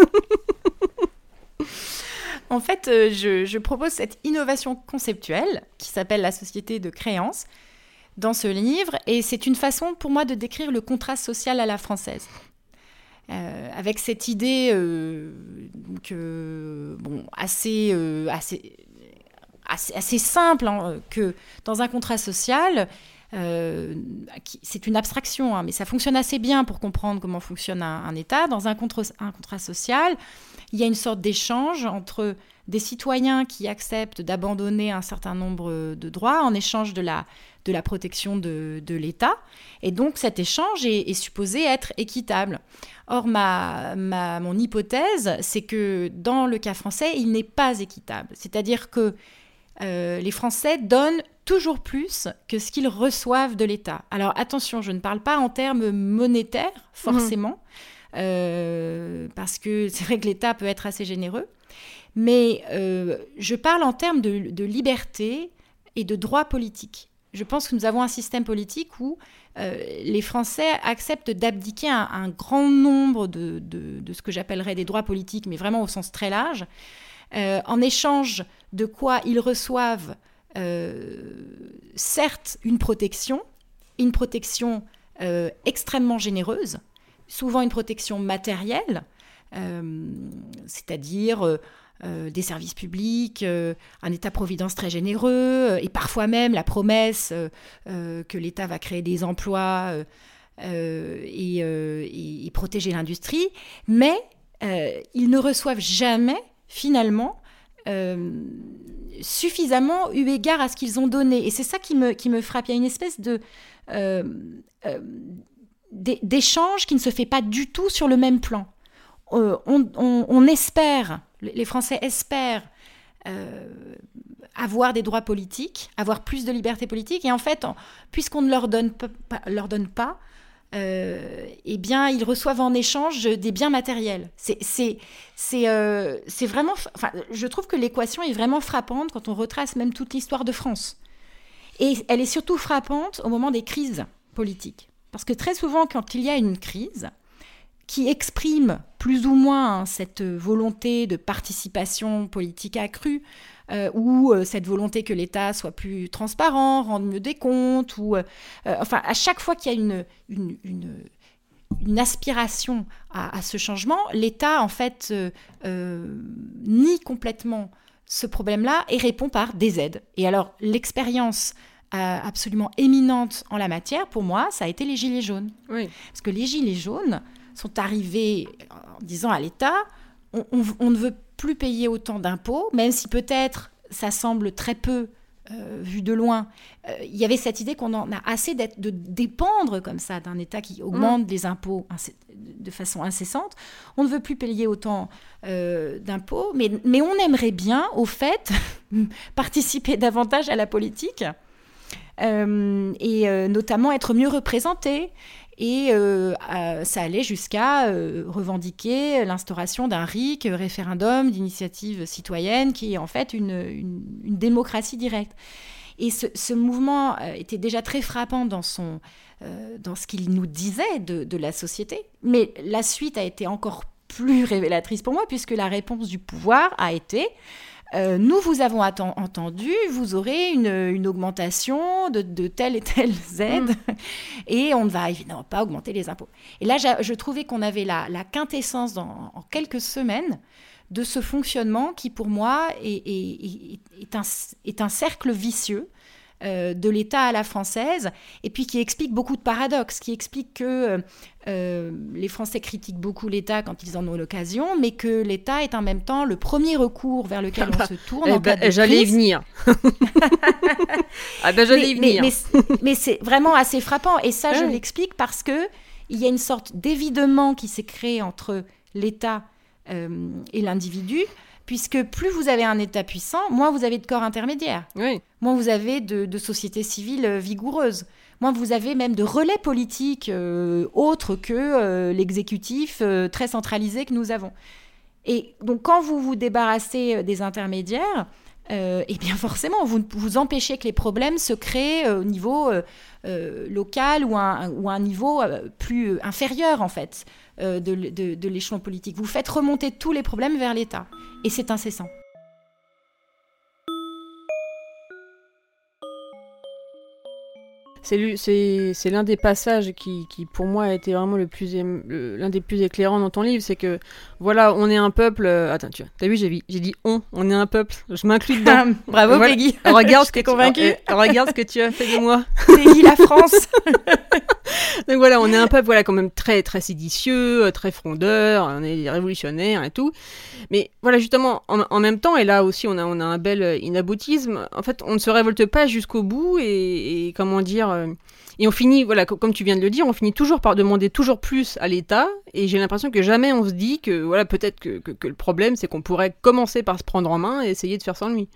En fait, euh, je, je propose cette innovation conceptuelle qui s'appelle la société de créance dans ce livre. Et c'est une façon pour moi de décrire le contrat social à la française. Euh, avec cette idée euh, donc, euh, bon, assez... Euh, assez Assez, assez simple, hein, que dans un contrat social, euh, qui, c'est une abstraction, hein, mais ça fonctionne assez bien pour comprendre comment fonctionne un, un État. Dans un, contre, un contrat social, il y a une sorte d'échange entre des citoyens qui acceptent d'abandonner un certain nombre de droits en échange de la, de la protection de, de l'État. Et donc, cet échange est, est supposé être équitable. Or, ma, ma, mon hypothèse, c'est que dans le cas français, il n'est pas équitable. C'est-à-dire que Euh, les Français donnent toujours plus que ce qu'ils reçoivent de l'État. Alors attention, je ne parle pas en termes monétaires, forcément, mmh. euh, parce que c'est vrai que l'État peut être assez généreux, mais euh, je parle en termes de, de liberté et de droits politiques. Je pense que nous avons un système politique où euh, les Français acceptent d'abdiquer un, un grand nombre de, de, de ce que j'appellerais des droits politiques, mais vraiment au sens très large, Euh, en échange de quoi ils reçoivent euh, certes une protection, une protection euh, extrêmement généreuse, souvent une protection matérielle, euh, c'est-à-dire euh, euh, des services publics, euh, un État-providence très généreux, euh, et parfois même la promesse euh, euh, que l'État va créer des emplois euh, euh, et, euh, et, et protéger l'industrie, mais euh, ils ne reçoivent jamais finalement, euh, suffisamment eu égard à ce qu'ils ont donné. Et c'est ça qui me, qui me frappe. Il y a une espèce de, euh, euh, d'échange qui ne se fait pas du tout sur le même plan. Euh, on, on, on espère, les Français espèrent euh, avoir des droits politiques, avoir plus de liberté politique. Et en fait, en, puisqu'on ne leur donne pas, leur donne pas Euh, eh bien, ils reçoivent en échange des biens matériels. C'est, c'est, c'est, euh, c'est vraiment... Enfin, je trouve que l'équation est vraiment frappante quand on retrace même toute l'histoire de France. Et elle est surtout frappante au moment des crises politiques. Parce que très souvent, quand il y a une crise qui exprime plus ou moins cette volonté de participation politique accrue, Euh, ou euh, cette volonté que l'État soit plus transparent, rende mieux des comptes, ou euh, euh, enfin à chaque fois qu'il y a une, une, une, une aspiration à, à ce changement, l'État en fait euh, euh, nie complètement ce problème-là et répond par des aides. Et alors l'expérience euh, absolument éminente en la matière, pour moi, ça a été les Gilets jaunes. Oui. Parce que les Gilets jaunes sont arrivés en disant à l'État, on, on, on ne veut plus payer autant d'impôts, même si peut-être ça semble très peu euh, vu de loin. Euh, il y avait cette idée qu'on en a assez d'être, de dépendre comme ça d'un État qui augmente mmh. les impôts incess- de façon incessante. On ne veut plus payer autant euh, d'impôts, mais, mais on aimerait bien, au fait, participer davantage à la politique euh, et euh, notamment être mieux représenté. Et euh, euh, ça allait jusqu'à euh, revendiquer l'instauration d'un R I C, référendum d'initiative citoyenne, qui est en fait une, une, une démocratie directe. Et ce, ce mouvement euh, était déjà très frappant dans, son, euh, dans ce qu'il nous disait de, de la société. Mais la suite a été encore plus révélatrice pour moi, puisque la réponse du pouvoir a été... Euh, nous vous avons atten- entendu, vous aurez une, une augmentation de, de telle et telle aide mmh. et on ne va évidemment pas augmenter les impôts. Et là, je trouvais qu'on avait la, la quintessence dans, en quelques semaines de ce fonctionnement qui, pour moi, est, est, est, est, un, est un cercle vicieux euh, de l'État à la française, et puis qui explique beaucoup de paradoxes, qui explique que euh, les Français critiquent beaucoup l'État quand ils en ont l'occasion, mais que l'État est en même temps le premier recours vers lequel on se tourne eh en ben, cas de j'allais crise. y venir. ah ben j'allais mais, y venir. Mais, mais, mais c'est vraiment assez frappant, et ça, ouais. je l'explique parce que il y a une sorte d'évidement qui s'est créé entre l'État euh, et l'individu, puisque plus vous avez un État puissant, moins vous avez de corps intermédiaires, oui. moins vous avez de, de sociétés civiles vigoureuses, moins vous avez même de relais politiques euh, autres que euh, l'exécutif euh, très centralisé que nous avons. Et donc quand vous vous débarrassez des intermédiaires, euh, eh bien forcément, vous, vous empêchez que les problèmes se créent euh, au niveau euh, euh, local ou un, ou un niveau euh, plus inférieur, en fait, euh, de, de, de l'échelon politique. Vous faites remonter tous les problèmes vers l'État. Et c'est incessant. C'est, c'est, c'est l'un des passages qui, qui, pour moi, a été vraiment le plus, le, l'un des plus éclairants dans ton livre. C'est que, voilà, on est un peuple... Euh, attends, tu vois, t'as vu, j'ai, j'ai dit « on », on est un peuple. Je m'inclus dedans. Bravo, voilà. Peggy. Regarde je t'ai convaincue. Tu, regarde ce que tu as fait de moi. Peggy, la France. Donc voilà, on est un peuple voilà, quand même très, très séditieux, très frondeur, on est révolutionnaire et tout. Mais voilà, justement, en, en même temps, et là aussi on a, on a un bel inaboutisme, en fait, on ne se révolte pas jusqu'au bout et, et comment dire... Euh, et on finit, voilà, comme tu viens de le dire, on finit toujours par demander toujours plus à l'État, et j'ai l'impression que jamais on se dit que, voilà, peut-être que, que, que le problème, c'est qu'on pourrait commencer par se prendre en main et essayer de faire sans lui.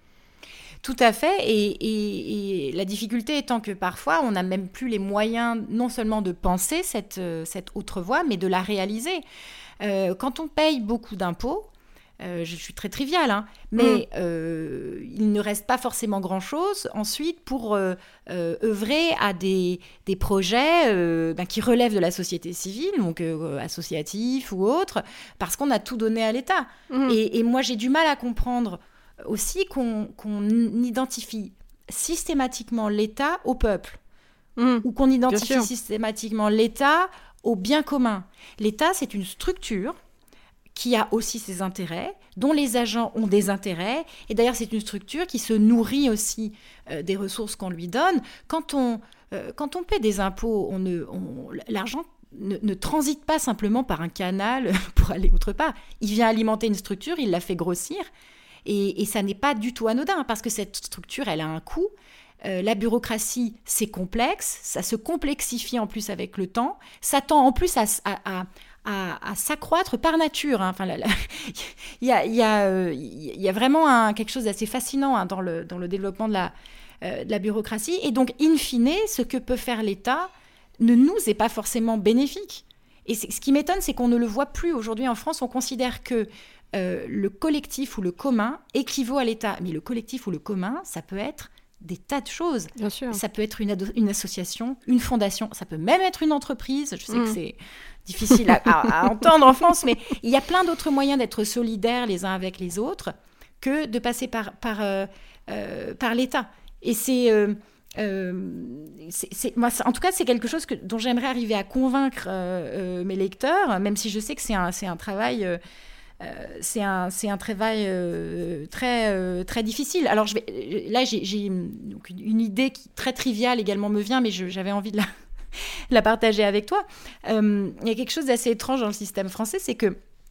Tout à fait, et, et, et la difficulté étant que parfois, on n'a même plus les moyens non seulement de penser cette, cette autre voie, mais de la réaliser. Euh, quand on paye beaucoup d'impôts, euh, je suis très triviale, hein, mais mmh. euh, il ne reste pas forcément grand-chose ensuite pour euh, euh, œuvrer à des, des projets euh, ben, qui relèvent de la société civile, donc euh, associatifs ou autres, parce qu'on a tout donné à l'État. Mmh. Et, et moi, j'ai du mal à comprendre aussi qu'on, qu'on identifie systématiquement l'État au peuple, mmh, ou qu'on identifie systématiquement l'État au bien commun. L'État, c'est une structure qui a aussi ses intérêts, dont les agents ont des intérêts, et d'ailleurs c'est une structure qui se nourrit aussi euh, des ressources qu'on lui donne. Quand on, euh, quand on paie des impôts, on ne, on, l'argent ne, ne transite pas simplement par un canal pour aller autre part. Il vient alimenter une structure, il la fait grossir, Et, et ça n'est pas du tout anodin, parce que cette structure, elle a un coût. Euh, la bureaucratie, c'est complexe, ça se complexifie en plus avec le temps, ça tend en plus à, à, à, à, à s'accroître par nature. Hein. Enfin, il y a, y a, euh, y a vraiment un, quelque chose d'assez fascinant hein, dans, le, dans le développement de la, euh, de la bureaucratie. Et donc, in fine, ce que peut faire l'État ne nous est pas forcément bénéfique. Et ce qui m'étonne, c'est qu'on ne le voit plus aujourd'hui en France. On considère que Euh, le collectif ou le commun équivaut à l'État. Mais le collectif ou le commun, ça peut être des tas de choses. Bien sûr. Ça peut être une, ado- une association, une fondation, ça peut même être une entreprise. Je sais mmh. que c'est difficile à, à, à entendre en France, mais il y a plein d'autres moyens d'être solidaires les uns avec les autres que de passer par, par, euh, euh, par l'État. Et c'est... Euh, Euh, c'est, c'est, moi, en tout cas, c'est quelque chose que, dont j'aimerais arriver à convaincre euh, euh, mes lecteurs, même si je sais que c'est un, c'est un travail... Euh, Euh, c'est, un, c'est un travail euh, très, euh, très difficile. Alors, je vais, là, j'ai, j'ai donc une, une idée qui, très triviale également me vient, mais je, j'avais envie de la, la partager avec toi. Euh, il y a quelque chose d'assez étrange dans le système français, c'est que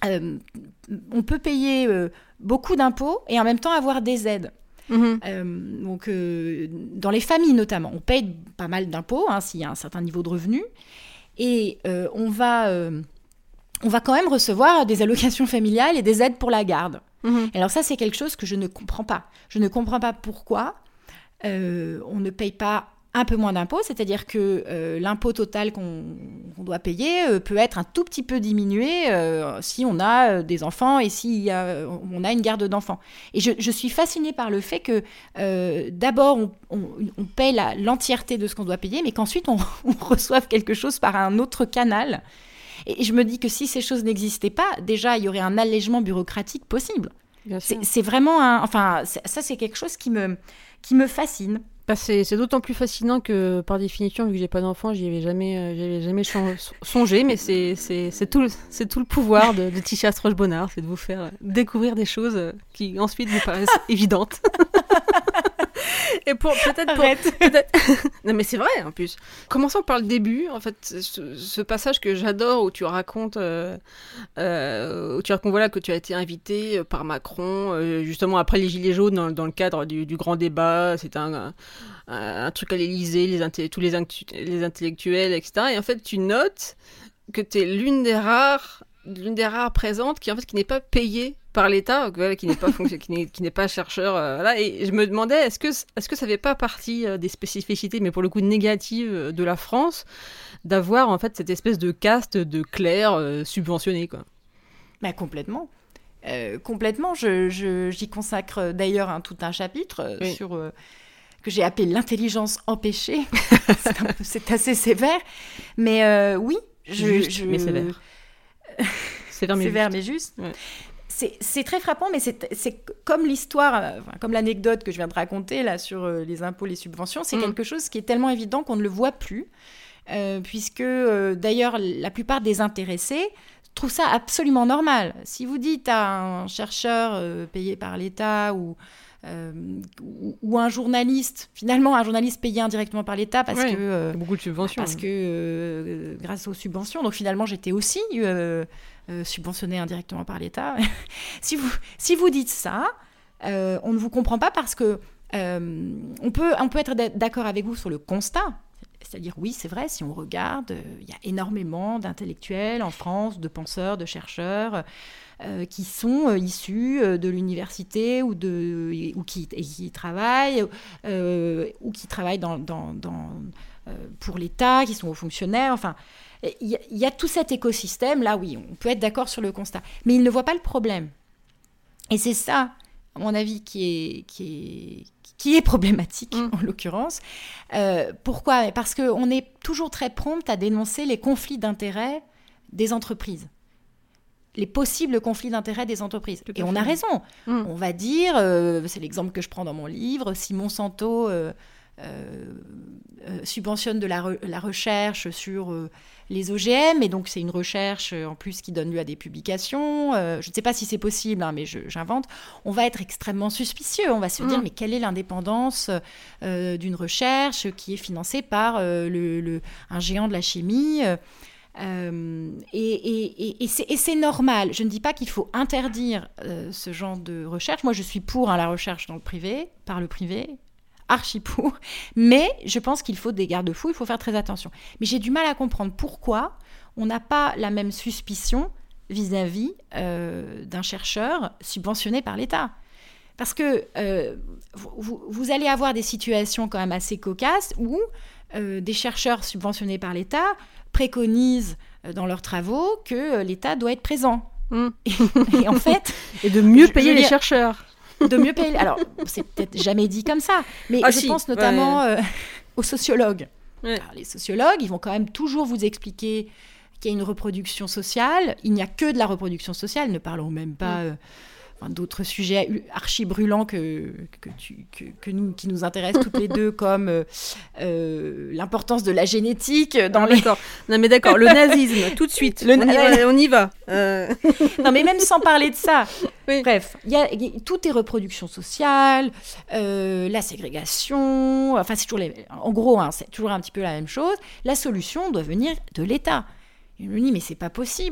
euh, on peut payer euh, beaucoup d'impôts et en même temps avoir des aides. Mmh. Euh, donc, euh, dans les familles notamment, on paye pas mal d'impôts hein, s'il y a un certain niveau de revenu. Et euh, on, va, euh, on va quand même recevoir des allocations familiales et des aides pour la garde. Mmh. Alors ça, c'est quelque chose que je ne comprends pas. Je ne comprends pas pourquoi euh, on ne paye pas un peu moins d'impôts, c'est-à-dire que euh, l'impôt total qu'on, qu'on doit payer euh, peut être un tout petit peu diminué euh, si on a euh, des enfants et si euh, on a une garde d'enfants. Et je, je suis fascinée par le fait que euh, d'abord on, on, on paye la, l'entièreté de ce qu'on doit payer, mais qu'ensuite on, on reçoive quelque chose par un autre canal. Et je me dis que si ces choses n'existaient pas, déjà il y aurait un allègement bureaucratique possible. C'est, c'est vraiment un, enfin c'est, ça c'est quelque chose qui me, qui me fascine. Bah c'est, c'est d'autant plus fascinant que, par définition, vu que j'ai pas d'enfant, j'y avais jamais, euh, j'y avais jamais chon- songé, mais c'est, c'est, c'est, tout le, c'est tout le pouvoir de, de Tisha Stroche-Bonnard, c'est de vous faire découvrir des choses qui ensuite vous paraissent évidentes. Et pour peut-être, pour, peut-être... non mais c'est vrai en plus. Commençons par le début, en fait, ce, ce passage que j'adore où tu racontes, euh, euh, où tu racontes voilà que tu as été invité par Macron euh, justement après les Gilets jaunes dans, dans le cadre du, du grand débat. C'était un, un, un truc à l'Élysée, les inté- tous les, intu- les intellectuels, et cetera. Et en fait, tu notes que tu es l'une des rares, l'une des rares présentes qui en fait qui n'est pas payée par l'État, qui n'est pas fonction, qui n'est, qui n'est pas chercheur, euh, voilà. Et je me demandais, est-ce que est-ce que ça fait pas partie euh, des spécificités, mais pour le coup négatives euh, de la France, d'avoir en fait cette espèce de caste de clercs euh, subventionnés, quoi. Bah complètement, euh, complètement. Je, je, j'y consacre d'ailleurs un, tout un chapitre euh, oui. sur euh, que j'ai appelé l'intelligence empêchée. c'est, un peu, c'est assez sévère, mais euh, oui, je, juste, je... mais sévère. sévère mais sévère, juste. Mais juste. Ouais. C'est, c'est très frappant, mais c'est, c'est comme l'histoire, euh, enfin, comme l'anecdote que je viens de raconter là sur euh, les impôts, les subventions, c'est mmh. quelque chose qui est tellement évident qu'on ne le voit plus, euh, puisque euh, d'ailleurs la plupart des intéressés trouvent ça absolument normal. Si vous dites à un chercheur euh, payé par l'État ou, euh, ou, ou un journaliste, finalement un journaliste payé indirectement par l'État parce oui, que euh, beaucoup de subventions, parce hein. que euh, grâce aux subventions, donc finalement j'étais aussi euh, Euh, subventionné indirectement par l'État. si, vous, si vous dites ça, euh, on ne vous comprend pas parce que euh, on, peut, on peut être d'accord avec vous sur le constat. C'est-à-dire, oui, c'est vrai, si on regarde, il euh, y a énormément d'intellectuels en France, de penseurs, de chercheurs euh, qui sont euh, issus euh, de l'université ou, de, ou qui, et qui travaillent euh, ou qui travaillent dans, dans, dans, euh, pour l'État, qui sont hauts fonctionnaires, enfin... Il y, a, il y a tout cet écosystème, là oui, on peut être d'accord sur le constat. Mais il ne voit pas le problème. Et c'est ça, à mon avis, qui est, qui est, qui est problématique, mmh. en l'occurrence. Euh, pourquoi ? Parce qu'on est toujours très prompt à dénoncer les conflits d'intérêts des entreprises. Les possibles conflits d'intérêts des entreprises. Tout Et on fait. a raison. Mmh. On va dire, euh, c'est l'exemple que je prends dans mon livre, si Monsanto... Euh, Euh, euh, subventionne de la, re- la recherche sur euh, les O G M, et donc c'est une recherche euh, en plus qui donne lieu à des publications. Euh, je ne sais pas si c'est possible, hein, mais je, j'invente. On va être extrêmement suspicieux. On va se mmh. dire, mais quelle est l'indépendance euh, d'une recherche qui est financée par euh, le, le, un géant de la chimie euh, et, et, et, et, c'est, et c'est normal. Je ne dis pas qu'il faut interdire euh, ce genre de recherche. Moi, je suis pour hein, la recherche dans le privé, par le privé. Archi pour, mais je pense qu'il faut des garde-fous, il faut faire très attention. Mais j'ai du mal à comprendre pourquoi on n'a pas la même suspicion vis-à-vis euh, d'un chercheur subventionné par l'État. Parce que euh, vous, vous allez avoir des situations quand même assez cocasses où euh, des chercheurs subventionnés par l'État préconisent euh, dans leurs travaux que euh, l'État doit être présent. Mmh. Et, et en fait... Et de mieux je, payer je les dire, chercheurs. De mieux payer. Alors, c'est peut-être jamais dit comme ça, mais ah, je si, pense notamment ouais. euh, aux sociologues. Ouais. Alors, les sociologues, ils vont quand même toujours vous expliquer qu'il y a une reproduction sociale. Il n'y a que de la reproduction sociale. Ne parlons même pas euh, enfin, d'autres sujets archi brûlants que, que, tu, que, que nous, qui nous intéressent toutes les deux, comme euh, euh, l'importance de la génétique dans ah, les... D'accord. Non mais d'accord, le nazisme, tout de suite. Le... On, y va, on y va. Euh... Non mais même sans parler de ça. Oui. Bref, y a, y a, tout est reproduction sociale, euh, la ségrégation, enfin c'est toujours les, en gros, hein, c'est toujours un petit peu la même chose. La solution doit venir de l'État. Il me dit, mais c'est pas possible.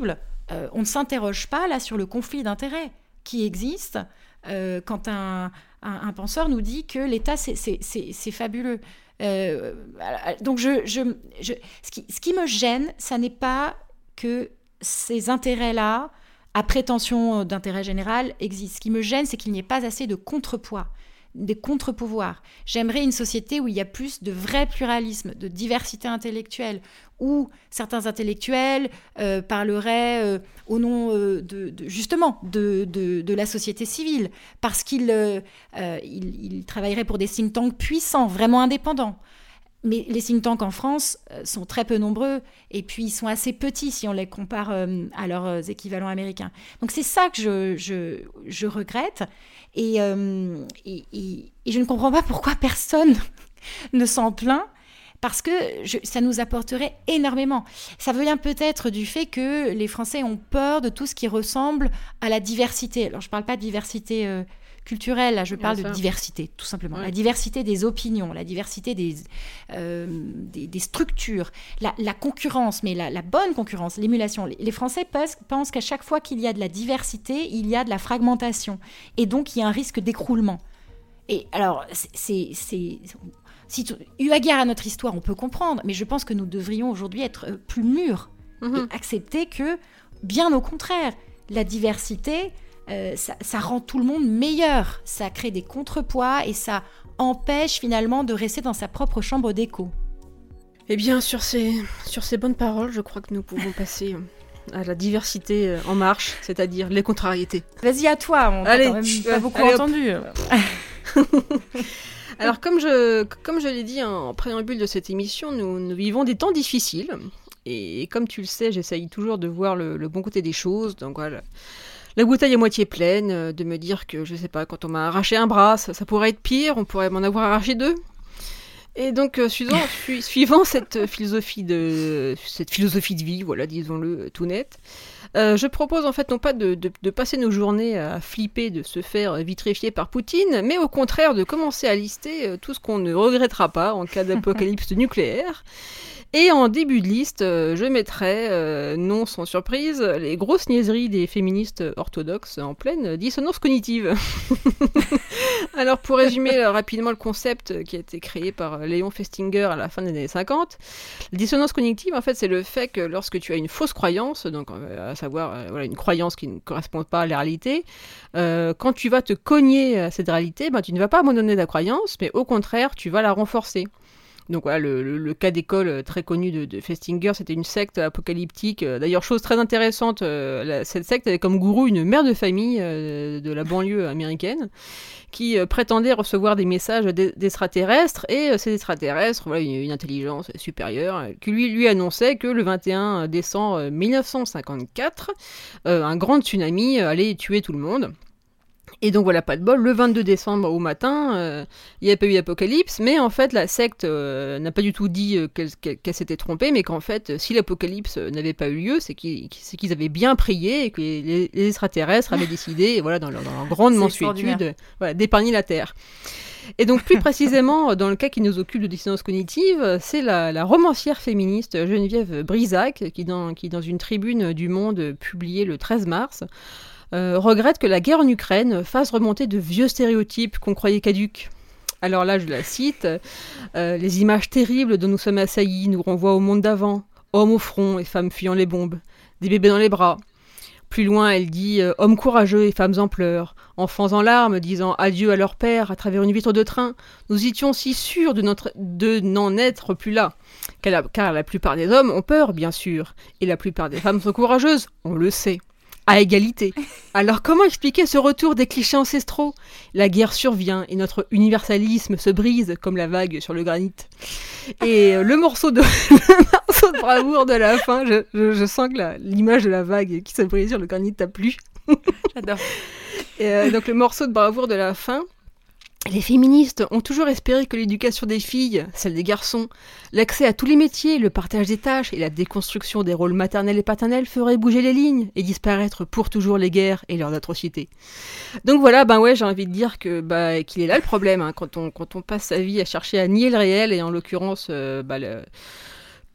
euh, on ne s'interroge pas là sur le conflit d'intérêts qui existe euh, quand un, un, un penseur nous dit que l'État, c'est, c'est, c'est, c'est fabuleux. Euh, donc, je, je, je, ce, qui, ce qui me gêne, ça n'est pas que ces intérêts-là, à prétention d'intérêt général, existent. Ce qui me gêne, c'est qu'il n'y ait pas assez de contrepoids, des contre-pouvoirs. J'aimerais une société où il y a plus de vrai pluralisme, de diversité intellectuelle, où certains intellectuels euh, parleraient euh, au nom euh, de, de, justement de, de, de la société civile, parce qu'ils euh, euh, ils, ils travailleraient pour des think tanks puissants, vraiment indépendants. Mais les think tanks en France euh, sont très peu nombreux, et puis ils sont assez petits si on les compare euh, à leurs équivalents américains. Donc c'est ça que je, je, je regrette, et, euh, et, et, et je ne comprends pas pourquoi personne ne s'en plaint, parce que je, ça nous apporterait énormément. Ça vient peut-être du fait que les Français ont peur de tout ce qui ressemble à la diversité. Alors je ne parle pas de diversité euh, culturelle, là je parle de diversité, tout simplement. Ouais. La diversité des opinions, la diversité des, euh, des, des structures, la, la concurrence, mais la, la bonne concurrence, l'émulation. Les, les Français pensent, pensent qu'à chaque fois qu'il y a de la diversité, il y a de la fragmentation. Et donc il y a un risque d'écroulement. Et alors, c'est... c'est, c'est Si tu, eu égard à notre histoire, on peut comprendre, mais je pense que nous devrions aujourd'hui être plus mûrs mmh. et accepter que, bien au contraire, la diversité, euh, ça, ça rend tout le monde meilleur, ça crée des contrepoids et ça empêche finalement de rester dans sa propre chambre d'écho. Eh bien, sur ces, sur ces bonnes paroles, je crois que nous pouvons passer à la diversité en marche, c'est-à-dire les contrariétés. Vas-y, à toi, on n'a quand même pas beaucoup allez, entendu. Alors, comme je, comme je l'ai dit en préambule de cette émission, nous, nous vivons des temps difficiles. Et comme tu le sais, j'essaye toujours de voir le, le bon côté des choses. Donc voilà, la bouteille à moitié pleine, de me dire que, je sais pas, quand on m'a arraché un bras, ça, ça pourrait être pire, on pourrait m'en avoir arraché deux. Et donc, euh, suivant, su, suivant cette philosophie de, cette philosophie de vie, voilà, disons-le tout net, euh, je propose en fait non pas de, de, de passer nos journées à flipper de se faire vitréfier par Poutine, mais au contraire de commencer à lister euh, tout ce qu'on ne regrettera pas en cas d'apocalypse nucléaire. Et en début de liste, euh, je mettrai, euh, non sans surprise, les grosses niaiseries des féministes orthodoxes en pleine dissonance cognitive. Alors pour résumer euh, rapidement le concept qui a été créé par Léon Festinger à la fin des années cinquante, la dissonance cognitive en fait c'est le fait que lorsque tu as une fausse croyance, donc euh, à savoir euh, voilà, une croyance qui ne correspond pas à la réalité, euh, quand tu vas te cogner à cette réalité, ben, tu ne vas pas abandonner ta croyance, mais au contraire tu vas la renforcer. Donc voilà, le, le, le cas d'école très connu de, de Festinger, c'était une secte apocalyptique. D'ailleurs, chose très intéressante, euh, la, cette secte avait comme gourou une mère de famille euh, de la banlieue américaine qui euh, prétendait recevoir des messages d'extraterrestres, et euh, ces extraterrestres, voilà, une, une intelligence supérieure, qui lui, lui annonçait que le vingt et un décembre mille neuf cent cinquante-quatre, euh, un grand tsunami allait tuer tout le monde. Et donc voilà, pas de bol, le vingt-deux décembre au matin, il euh, n'y a pas eu apocalypse, mais en fait la secte euh, n'a pas du tout dit euh, qu'elle, qu'elle, qu'elle s'était trompée, mais qu'en fait, si l'apocalypse n'avait pas eu lieu, c'est qu'ils, c'est qu'ils avaient bien prié et que les, les extraterrestres avaient décidé, et voilà, dans leur, dans leur grande mansuétude, voilà, d'épargner la Terre. Et donc plus précisément, dans le cas qui nous occupe de dissonance cognitive, c'est la, la romancière féministe Geneviève Brisac, qui dans, qui dans une tribune du Monde publiée le treize mars, Euh, regrette que la guerre en Ukraine fasse remonter de vieux stéréotypes qu'on croyait caducs. Alors là, je la cite, euh, les images terribles dont nous sommes assaillis nous renvoient au monde d'avant, hommes au front et femmes fuyant les bombes, des bébés dans les bras. Plus loin, elle dit euh, hommes courageux et femmes en pleurs, enfants en larmes disant adieu à leur père à travers une vitre de train. Nous étions si sûrs de, notre, de n'en être plus là. Car la, car la plupart des hommes ont peur, bien sûr, et la plupart des femmes sont courageuses, on le sait. À égalité. Alors comment expliquer ce retour des clichés ancestraux ? La guerre survient et notre universalisme se brise comme la vague sur le granit. Et le morceau de, le morceau de bravoure de la fin, je, je, je sens que la, l'image de la vague qui se brise sur le granit t'a plu. J'adore. Et euh, donc le morceau de bravoure de la fin. Les féministes ont toujours espéré que l'éducation des filles, celle des garçons, l'accès à tous les métiers, le partage des tâches et la déconstruction des rôles maternels et paternels feraient bouger les lignes et disparaître pour toujours les guerres et leurs atrocités. Donc voilà, ben ouais, j'ai envie de dire que bah, qu'il est là le problème, hein, quand on, quand on passe sa vie à chercher à nier le réel, et en l'occurrence, euh, bah, le...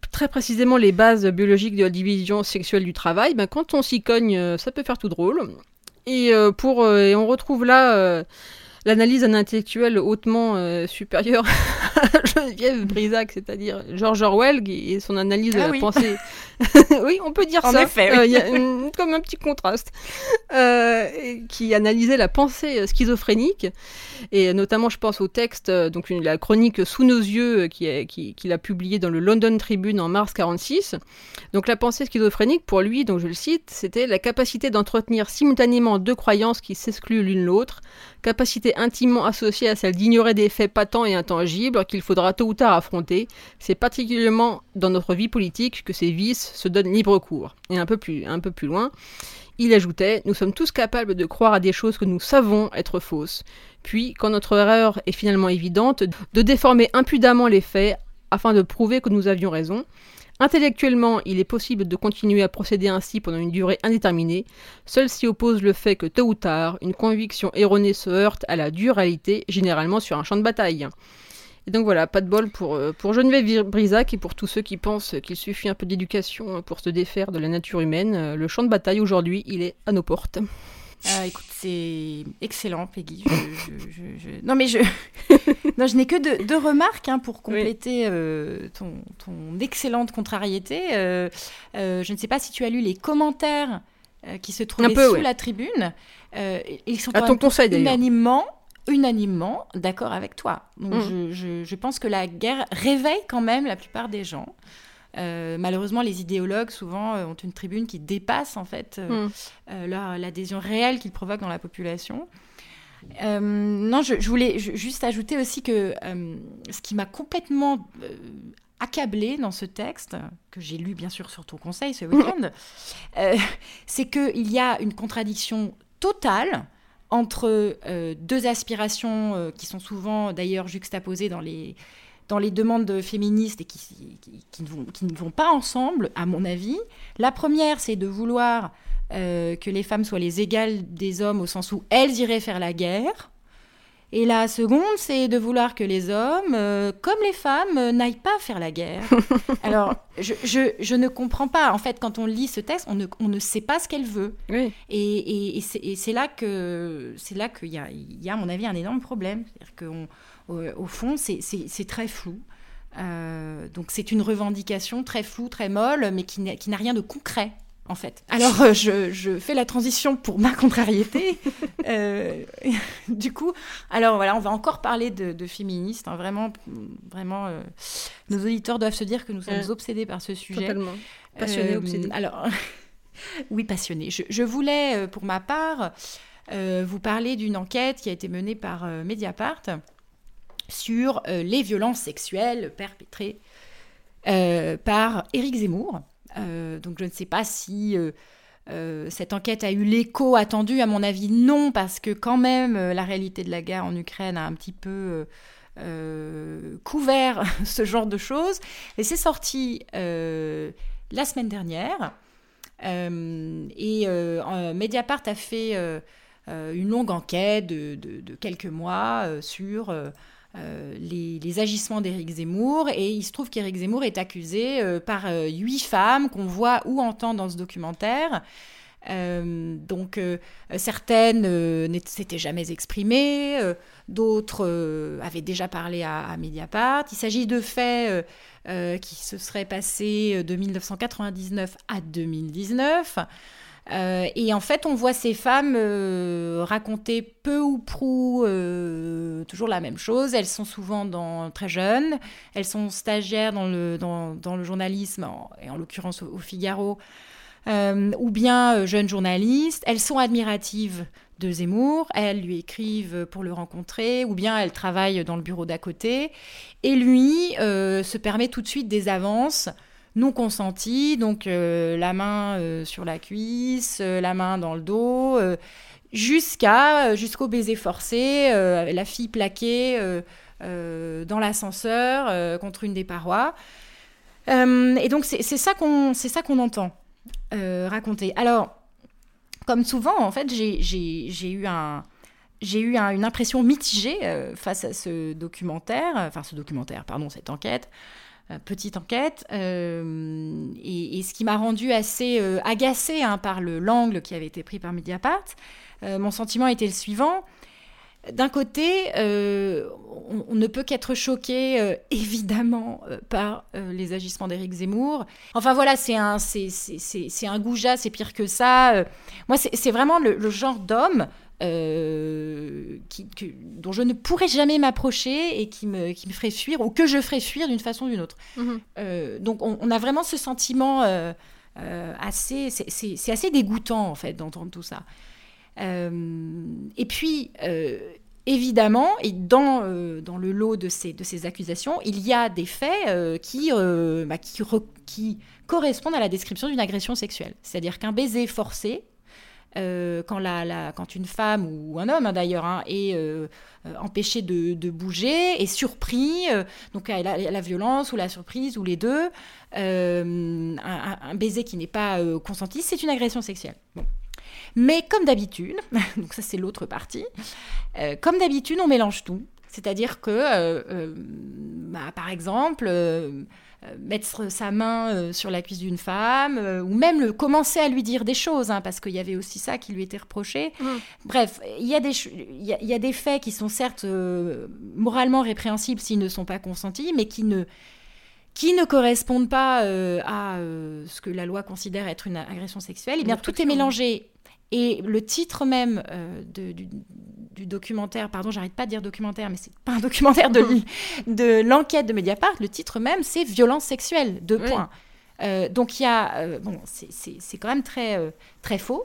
très précisément les bases biologiques de la division sexuelle du travail, ben, quand on s'y cogne, ça peut faire tout drôle. Et, euh, pour, euh, et on retrouve là euh, l'analyse d'un intellectuel hautement euh, supérieur à Geneviève Brisac, c'est-à-dire George Orwell, et son analyse de ah, la oui. pensée. Oui, on peut dire en ça. Effet, Il oui. euh, y a une, comme un petit contraste. Euh, qui analysait la pensée schizophrénique. Et notamment, je pense au texte, donc une, la chronique Sous nos yeux, qui est, qui, qu'il a publié dans le London Tribune en mars quarante-six. Donc la pensée schizophrénique, pour lui, donc je le cite, c'était la capacité d'entretenir simultanément deux croyances qui s'excluent l'une l'autre, capacité intimement associée à celle d'ignorer des faits patents et intangibles qu'il faudra tôt ou tard affronter. C'est particulièrement dans notre vie politique que ces vices se donnent libre cours. Et un peu plus, un peu plus loin, il ajoutait « Nous sommes tous capables de croire à des choses que nous savons être fausses. Puis, quand notre erreur est finalement évidente, de déformer impudemment les faits afin de prouver que nous avions raison. Intellectuellement, il est possible de continuer à procéder ainsi pendant une durée indéterminée. Seul s'y oppose le fait que tôt ou tard, une conviction erronée se heurte à la dure réalité, généralement sur un champ de bataille. » Et donc voilà, pas de bol pour, pour Geneviève Brisac et pour tous ceux qui pensent qu'il suffit un peu d'éducation pour se défaire de la nature humaine. Le champ de bataille, aujourd'hui, il est à nos portes. Ah, écoute, c'est excellent, Peggy. Je, je, je, je... Non, mais je, non, je n'ai que deux, deux remarques hein, pour compléter oui. euh, ton, ton excellente contrariété. Euh, euh, je ne sais pas si tu as lu les commentaires euh, qui se trouvaient peu, sous oui. la tribune. Euh, ils sont à ton conseil, d'ailleurs. unanimement, unanimement d'accord avec toi. Donc, mmh. je, je, je pense que la guerre réveille quand même la plupart des gens. Euh, malheureusement, les idéologues, souvent, euh, ont une tribune qui dépasse, en fait, euh, mmh. euh, leur, l'adhésion réelle qu'ils provoquent dans la population. Euh, non, je, je voulais je, juste ajouter aussi que euh, ce qui m'a complètement euh, accablée dans ce texte, que j'ai lu, bien sûr, sur ton conseil ce week-end, mmh. euh, c'est qu'il y a une contradiction totale entre euh, deux aspirations euh, qui sont souvent, d'ailleurs, juxtaposées dans les... dans les demandes féministes et qui, qui, qui, ne vont, qui ne vont pas ensemble, à mon avis. La première, c'est de vouloir euh, que les femmes soient les égales des hommes au sens où elles iraient faire la guerre. Et la seconde, c'est de vouloir que les hommes, euh, comme les femmes, euh, n'aillent pas faire la guerre. Alors, je, je, je ne comprends pas. En fait, quand on lit ce texte, on ne, on ne sait pas ce qu'elle veut. Oui. Et, et, et, c'est, et c'est là que, c'est là qu'il y a, il y a, à mon avis, un énorme problème. C'est-à-dire qu'on Au, au fond, c'est, c'est, c'est très flou. Euh, donc, c'est une revendication très floue, très molle, mais qui n'a, qui n'a rien de concret, en fait. Alors, euh, je, je fais la transition pour ma contrariété. euh, du coup, alors voilà, on va encore parler de, de féministes. Hein, vraiment, vraiment euh, nos auditeurs doivent se dire que nous sommes euh, obsédés par ce sujet. Totalement. Passionnés, euh, obsédés. Alors, oui, passionnés. Je, je voulais, pour ma part, euh, vous parler d'une enquête qui a été menée par euh, Mediapart sur euh, les violences sexuelles perpétrées euh, par Éric Zemmour. Euh, donc je ne sais pas si euh, euh, cette enquête a eu l'écho attendu. À mon avis, non, parce que quand même, euh, la réalité de la guerre en Ukraine a un petit peu euh, couvert ce genre de choses. Et c'est sorti euh, la semaine dernière. Euh, et euh, Mediapart a fait euh, une longue enquête de, de, de quelques mois euh, sur... Euh, Euh, les, les agissements d'Éric Zemmour, et il se trouve qu'Éric Zemmour est accusé euh, par euh, huit femmes qu'on voit ou entend dans ce documentaire. Euh, donc euh, certaines euh, ne s'étaient jamais exprimées, euh, d'autres euh, avaient déjà parlé à, à Mediapart. Il s'agit de faits euh, euh, qui se seraient passés de dix-neuf cent quatre-vingt-dix-neuf à deux mille dix-neuf. Euh, et en fait, on voit ces femmes euh, raconter peu ou prou euh, toujours la même chose. Elles sont souvent dans, très jeunes. Elles sont stagiaires dans le, dans, dans le journalisme, en, et en l'occurrence au, au Figaro, euh, ou bien euh, jeunes journalistes. Elles sont admiratives de Zemmour. Elles lui écrivent pour le rencontrer, ou bien elles travaillent dans le bureau d'à côté. Et lui euh, se permet tout de suite des avances non consentie, donc euh, la main euh, sur la cuisse, euh, la main dans le dos, euh, jusqu'à, jusqu'au baiser forcé, euh, la fille plaquée euh, euh, dans l'ascenseur euh, contre une des parois. Euh, et donc c'est, c'est, ça qu'on, c'est ça qu'on entend euh, raconter. Alors, comme souvent, en fait, j'ai, j'ai, j'ai eu, un, j'ai eu un, une impression mitigée euh, face à ce documentaire, enfin ce documentaire, pardon, cette enquête. euh, petite enquête. Euh, et, et ce qui m'a rendue assez euh, agacée hein, par le, l'angle qui avait été pris par Mediapart, euh, mon sentiment était le suivant. D'un côté, euh, on, on ne peut qu'être choqué, euh, évidemment, euh, par euh, les agissements d'Éric Zemmour. Enfin voilà, c'est un, c'est, c'est, c'est, c'est un goujat, c'est pire que ça. Euh, moi, c'est, c'est vraiment le, le genre d'homme euh, qui, que, dont je ne pourrais jamais m'approcher et qui me, qui me ferait fuir, ou que je ferais fuir d'une façon ou d'une autre. Mmh. Euh, donc on, on a vraiment ce sentiment euh, euh, assez... C'est, c'est, c'est assez dégoûtant, en fait, d'entendre tout ça. Euh, et puis, euh, évidemment, et dans, euh, dans le lot de ces, de ces accusations, il y a des faits euh, qui, euh, bah, qui, re, qui correspondent à la description d'une agression sexuelle. C'est-à-dire qu'un baiser forcé, euh, quand, la, la, quand une femme ou un homme hein, d'ailleurs hein, est euh, empêché de, de bouger, est surpris, euh, donc la, la violence ou la surprise ou les deux, euh, un, un baiser qui n'est pas euh, consenti, c'est une agression sexuelle. Bon. Mais comme d'habitude, donc ça c'est l'autre partie, euh, comme d'habitude on mélange tout. C'est-à-dire que, euh, euh, bah, par exemple, euh, mettre sa main euh, sur la cuisse d'une femme, euh, ou même le, commencer à lui dire des choses, hein, parce qu'il y avait aussi ça qui lui était reproché. Mmh. Bref, il y, y, y a des faits qui sont certes euh, moralement répréhensibles s'ils ne sont pas consentis, mais qui ne... qui ne correspondent pas euh, à euh, ce que la loi considère être une agression sexuelle, et bien tout est mélangé. Et le titre même euh, de, du, du documentaire, pardon, j'arrête pas de dire documentaire, mais c'est pas un documentaire de, de l'enquête de Mediapart, le titre même, c'est « Violence sexuelle », deux oui. points. Euh, donc il y a... Euh, bon, c'est, c'est, c'est quand même très, euh, très faux.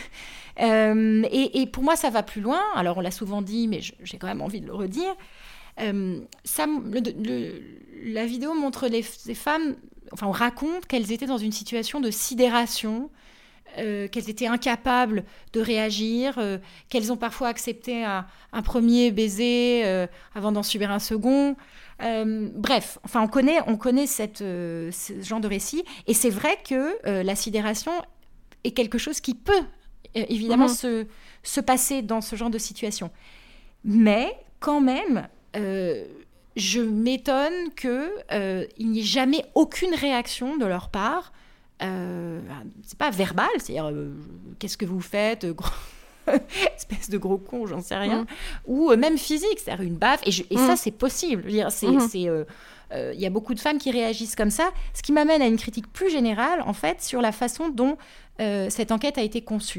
euh, et, et pour moi, ça va plus loin. Alors, on l'a souvent dit, mais je, j'ai quand même envie de le redire. Euh, ça, le, le, la vidéo montre les, les femmes... Enfin, on raconte qu'elles étaient dans une situation de sidération, Euh, qu'elles étaient incapables de réagir, euh, qu'elles ont parfois accepté un, un premier baiser euh, avant d'en subir un second. Euh, bref, enfin, on connaît, on connaît cette, euh, ce genre de récit. Et c'est vrai que euh, la sidération est quelque chose qui peut euh, évidemment mmh. se, se passer dans ce genre de situation. Mais quand même, euh, je m'étonne qu'il euh, n'y ait jamais aucune réaction de leur part. Euh, c'est pas verbal, c'est-à-dire euh, qu'est-ce que vous faites, gros... espèce de gros con, j'en sais rien, mmh. ou euh, même physique, c'est-à-dire une baffe, et, je, et mmh. ça c'est possible. Je veux dire, c'est, mmh. c'est, il euh, euh, y a beaucoup de femmes qui réagissent comme ça, ce qui m'amène à une critique plus générale en fait sur la façon dont euh, cette enquête a été conçue.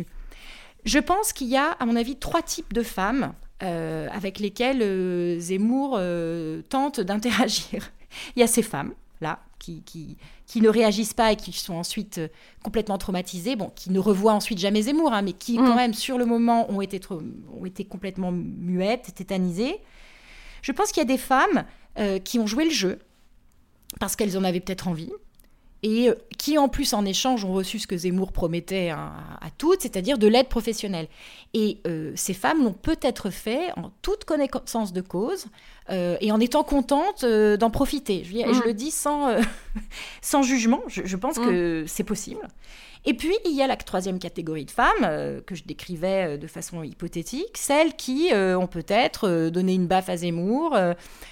Je pense qu'il y a, à mon avis, trois types de femmes euh, avec lesquelles euh, Zemmour euh, tente d'interagir. Il y a ces femmes là qui, qui, qui ne réagissent pas et qui sont ensuite euh, complètement traumatisées, bon, qui ne revoient ensuite jamais Zemmour, hein, mais qui, mmh. quand même, sur le moment, ont été, trop, ont été complètement muettes, tétanisées. Je pense qu'il y a des femmes euh, qui ont joué le jeu, parce qu'elles en avaient peut-être envie, et euh, qui, en plus, en échange, ont reçu ce que Zemmour promettait à, à toutes, c'est-à-dire de l'aide professionnelle. Et euh, ces femmes l'ont peut-être fait en toute connaissance de cause, euh, et en étant contentes euh, d'en profiter. Je, mmh. je le dis sans, euh, sans jugement, je, je pense mmh. que c'est possible. Et puis, il y a la troisième catégorie de femmes, euh, que je décrivais euh, de façon hypothétique, celles qui euh, ont peut-être euh, donné une baffe à Zemmour, euh,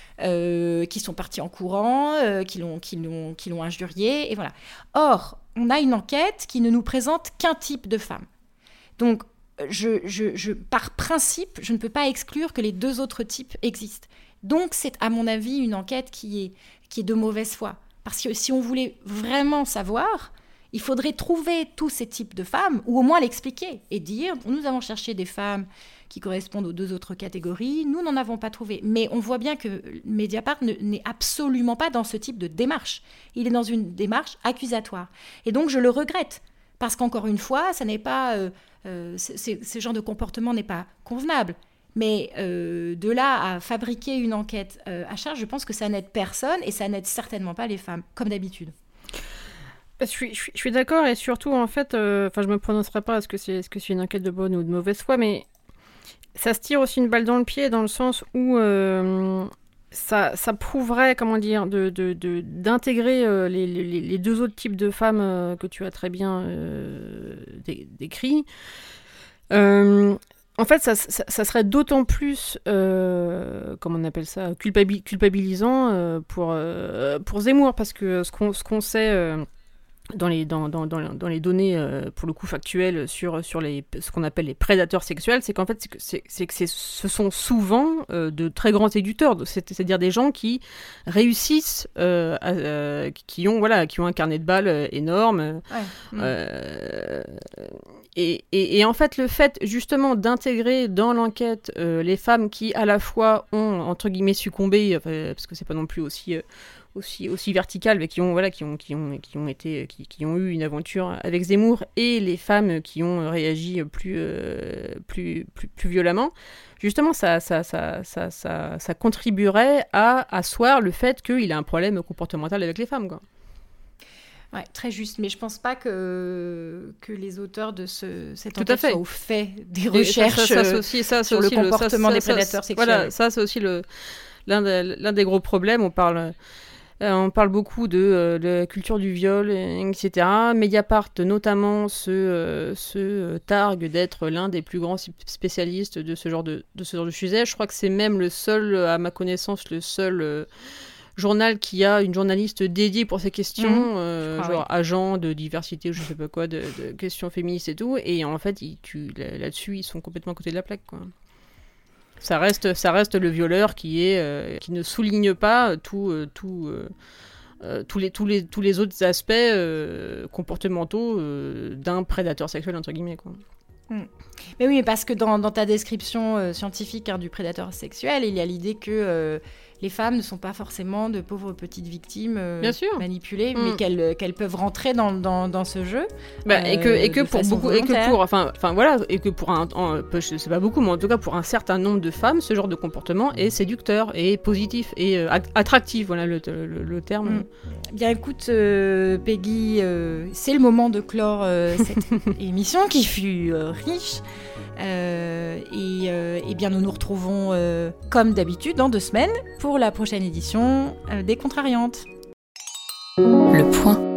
Euh, qui sont partis en courant, euh, qui, l'ont, qui, l'ont, qui l'ont injurié, et voilà. Or, on a une enquête qui ne nous présente qu'un type de femme. Donc, je, je, je, par principe, je ne peux pas exclure que les deux autres types existent. Donc, c'est, à mon avis, une enquête qui est, qui est de mauvaise foi. Parce que si on voulait vraiment savoir, il faudrait trouver tous ces types de femmes, ou au moins l'expliquer, et dire, nous avons cherché des femmes qui correspondent aux deux autres catégories, nous n'en avons pas trouvé. Mais on voit bien que Mediapart ne, n'est absolument pas dans ce type de démarche. Il est dans une démarche accusatoire. Et donc, je le regrette. Parce qu'encore une fois, ça n'est pas, euh, euh, c'est, ce genre de comportement n'est pas convenable. Mais euh, de là à fabriquer une enquête euh, à charge, je pense que ça n'aide personne et ça n'aide certainement pas les femmes, comme d'habitude. Je suis, je, suis, je suis d'accord, et surtout, en fait, euh, je ne me prononcerai pas est-ce que, c'est, est-ce que c'est une enquête de bonne ou de mauvaise foi, mais ça se tire aussi une balle dans le pied, dans le sens où euh, ça, ça prouverait, comment dire, de, de, de, d'intégrer euh, les, les, les deux autres types de femmes euh, que tu as très bien euh, dé, décrits. Euh, En fait, ça, ça, ça serait d'autant plus, euh, comment on appelle ça, culpabil- culpabilisant euh, pour, euh, pour Zemmour, parce que ce qu'on, ce qu'on sait euh, dans, les, dans, dans, dans, dans les données, euh, pour le coup factuelles, sur, sur les, ce qu'on appelle les prédateurs sexuels, c'est qu'en fait, c'est que, c'est, c'est que c'est, ce sont souvent euh, de très grands séducteurs, c'est, c'est-à-dire des gens qui réussissent, euh, à, euh, qui, ont, voilà, qui ont un carnet de balles euh, énorme. Ouais. Euh, Et, et, et en fait, le fait justement d'intégrer dans l'enquête euh, les femmes qui, à la fois, ont entre guillemets succombé, enfin, parce que c'est pas non plus aussi euh, aussi aussi vertical, mais qui ont voilà, qui ont qui ont qui ont été qui, qui ont eu une aventure avec Zemmour, et les femmes qui ont réagi plus euh, plus, plus plus violemment. Justement, ça ça ça ça ça, ça contribuerait à asseoir le fait qu'il a un problème comportemental avec les femmes, quoi. Ouais, très juste, mais je pense pas que, que les auteurs de ce, cette enquête soient au fait des recherches ça, ça, ça aussi, ça, sur le comportement le, ça, des prédateurs ça, sexuels. Voilà, ça c'est aussi le, l'un, de, l'un des gros problèmes. On parle, euh, on parle beaucoup de, euh, de la culture du viol, et cetera. Mediapart notamment se, euh, se targue d'être l'un des plus grands spécialistes de ce genre de, de, ce genre de sujet. Je crois que c'est même le seul, à ma connaissance, le seul... Euh, journal qui a une journaliste dédiée pour ces questions, mmh, euh, genre oui. agent de diversité ou je sais pas quoi, de, de questions féministes et tout, et en fait, ils, tu, là, là-dessus, ils sont complètement à côté de la plaque, quoi. Ça reste, ça reste le violeur qui, est, euh, qui ne souligne pas tout, euh, tout, euh, euh, tous, les, tous, les, tous les autres aspects euh, comportementaux euh, d'un prédateur sexuel, entre guillemets, quoi. Mmh. Mais oui, parce que dans, dans ta description euh, scientifique hein, du prédateur sexuel, il y a l'idée que euh, les femmes ne sont pas forcément de pauvres petites victimes euh, manipulées, mmh. mais qu'elles, qu'elles peuvent rentrer dans, dans, dans ce jeu. Bah, euh, et que, et que pour beaucoup, volontaire. et que pour, enfin, enfin voilà, et que pour un, en, je sais pas beaucoup, mais en tout cas pour un certain nombre de femmes, ce genre de comportement est séducteur et positif et euh, attractif, voilà le, le, le terme. Mmh. Bien, écoute, euh, Peggy, euh, c'est le moment de clore euh, cette émission qui fut euh, riche. Euh, et, euh, et bien, nous nous retrouvons euh, comme d'habitude dans deux semaines pour la prochaine édition euh, des Contrariantes. Le point.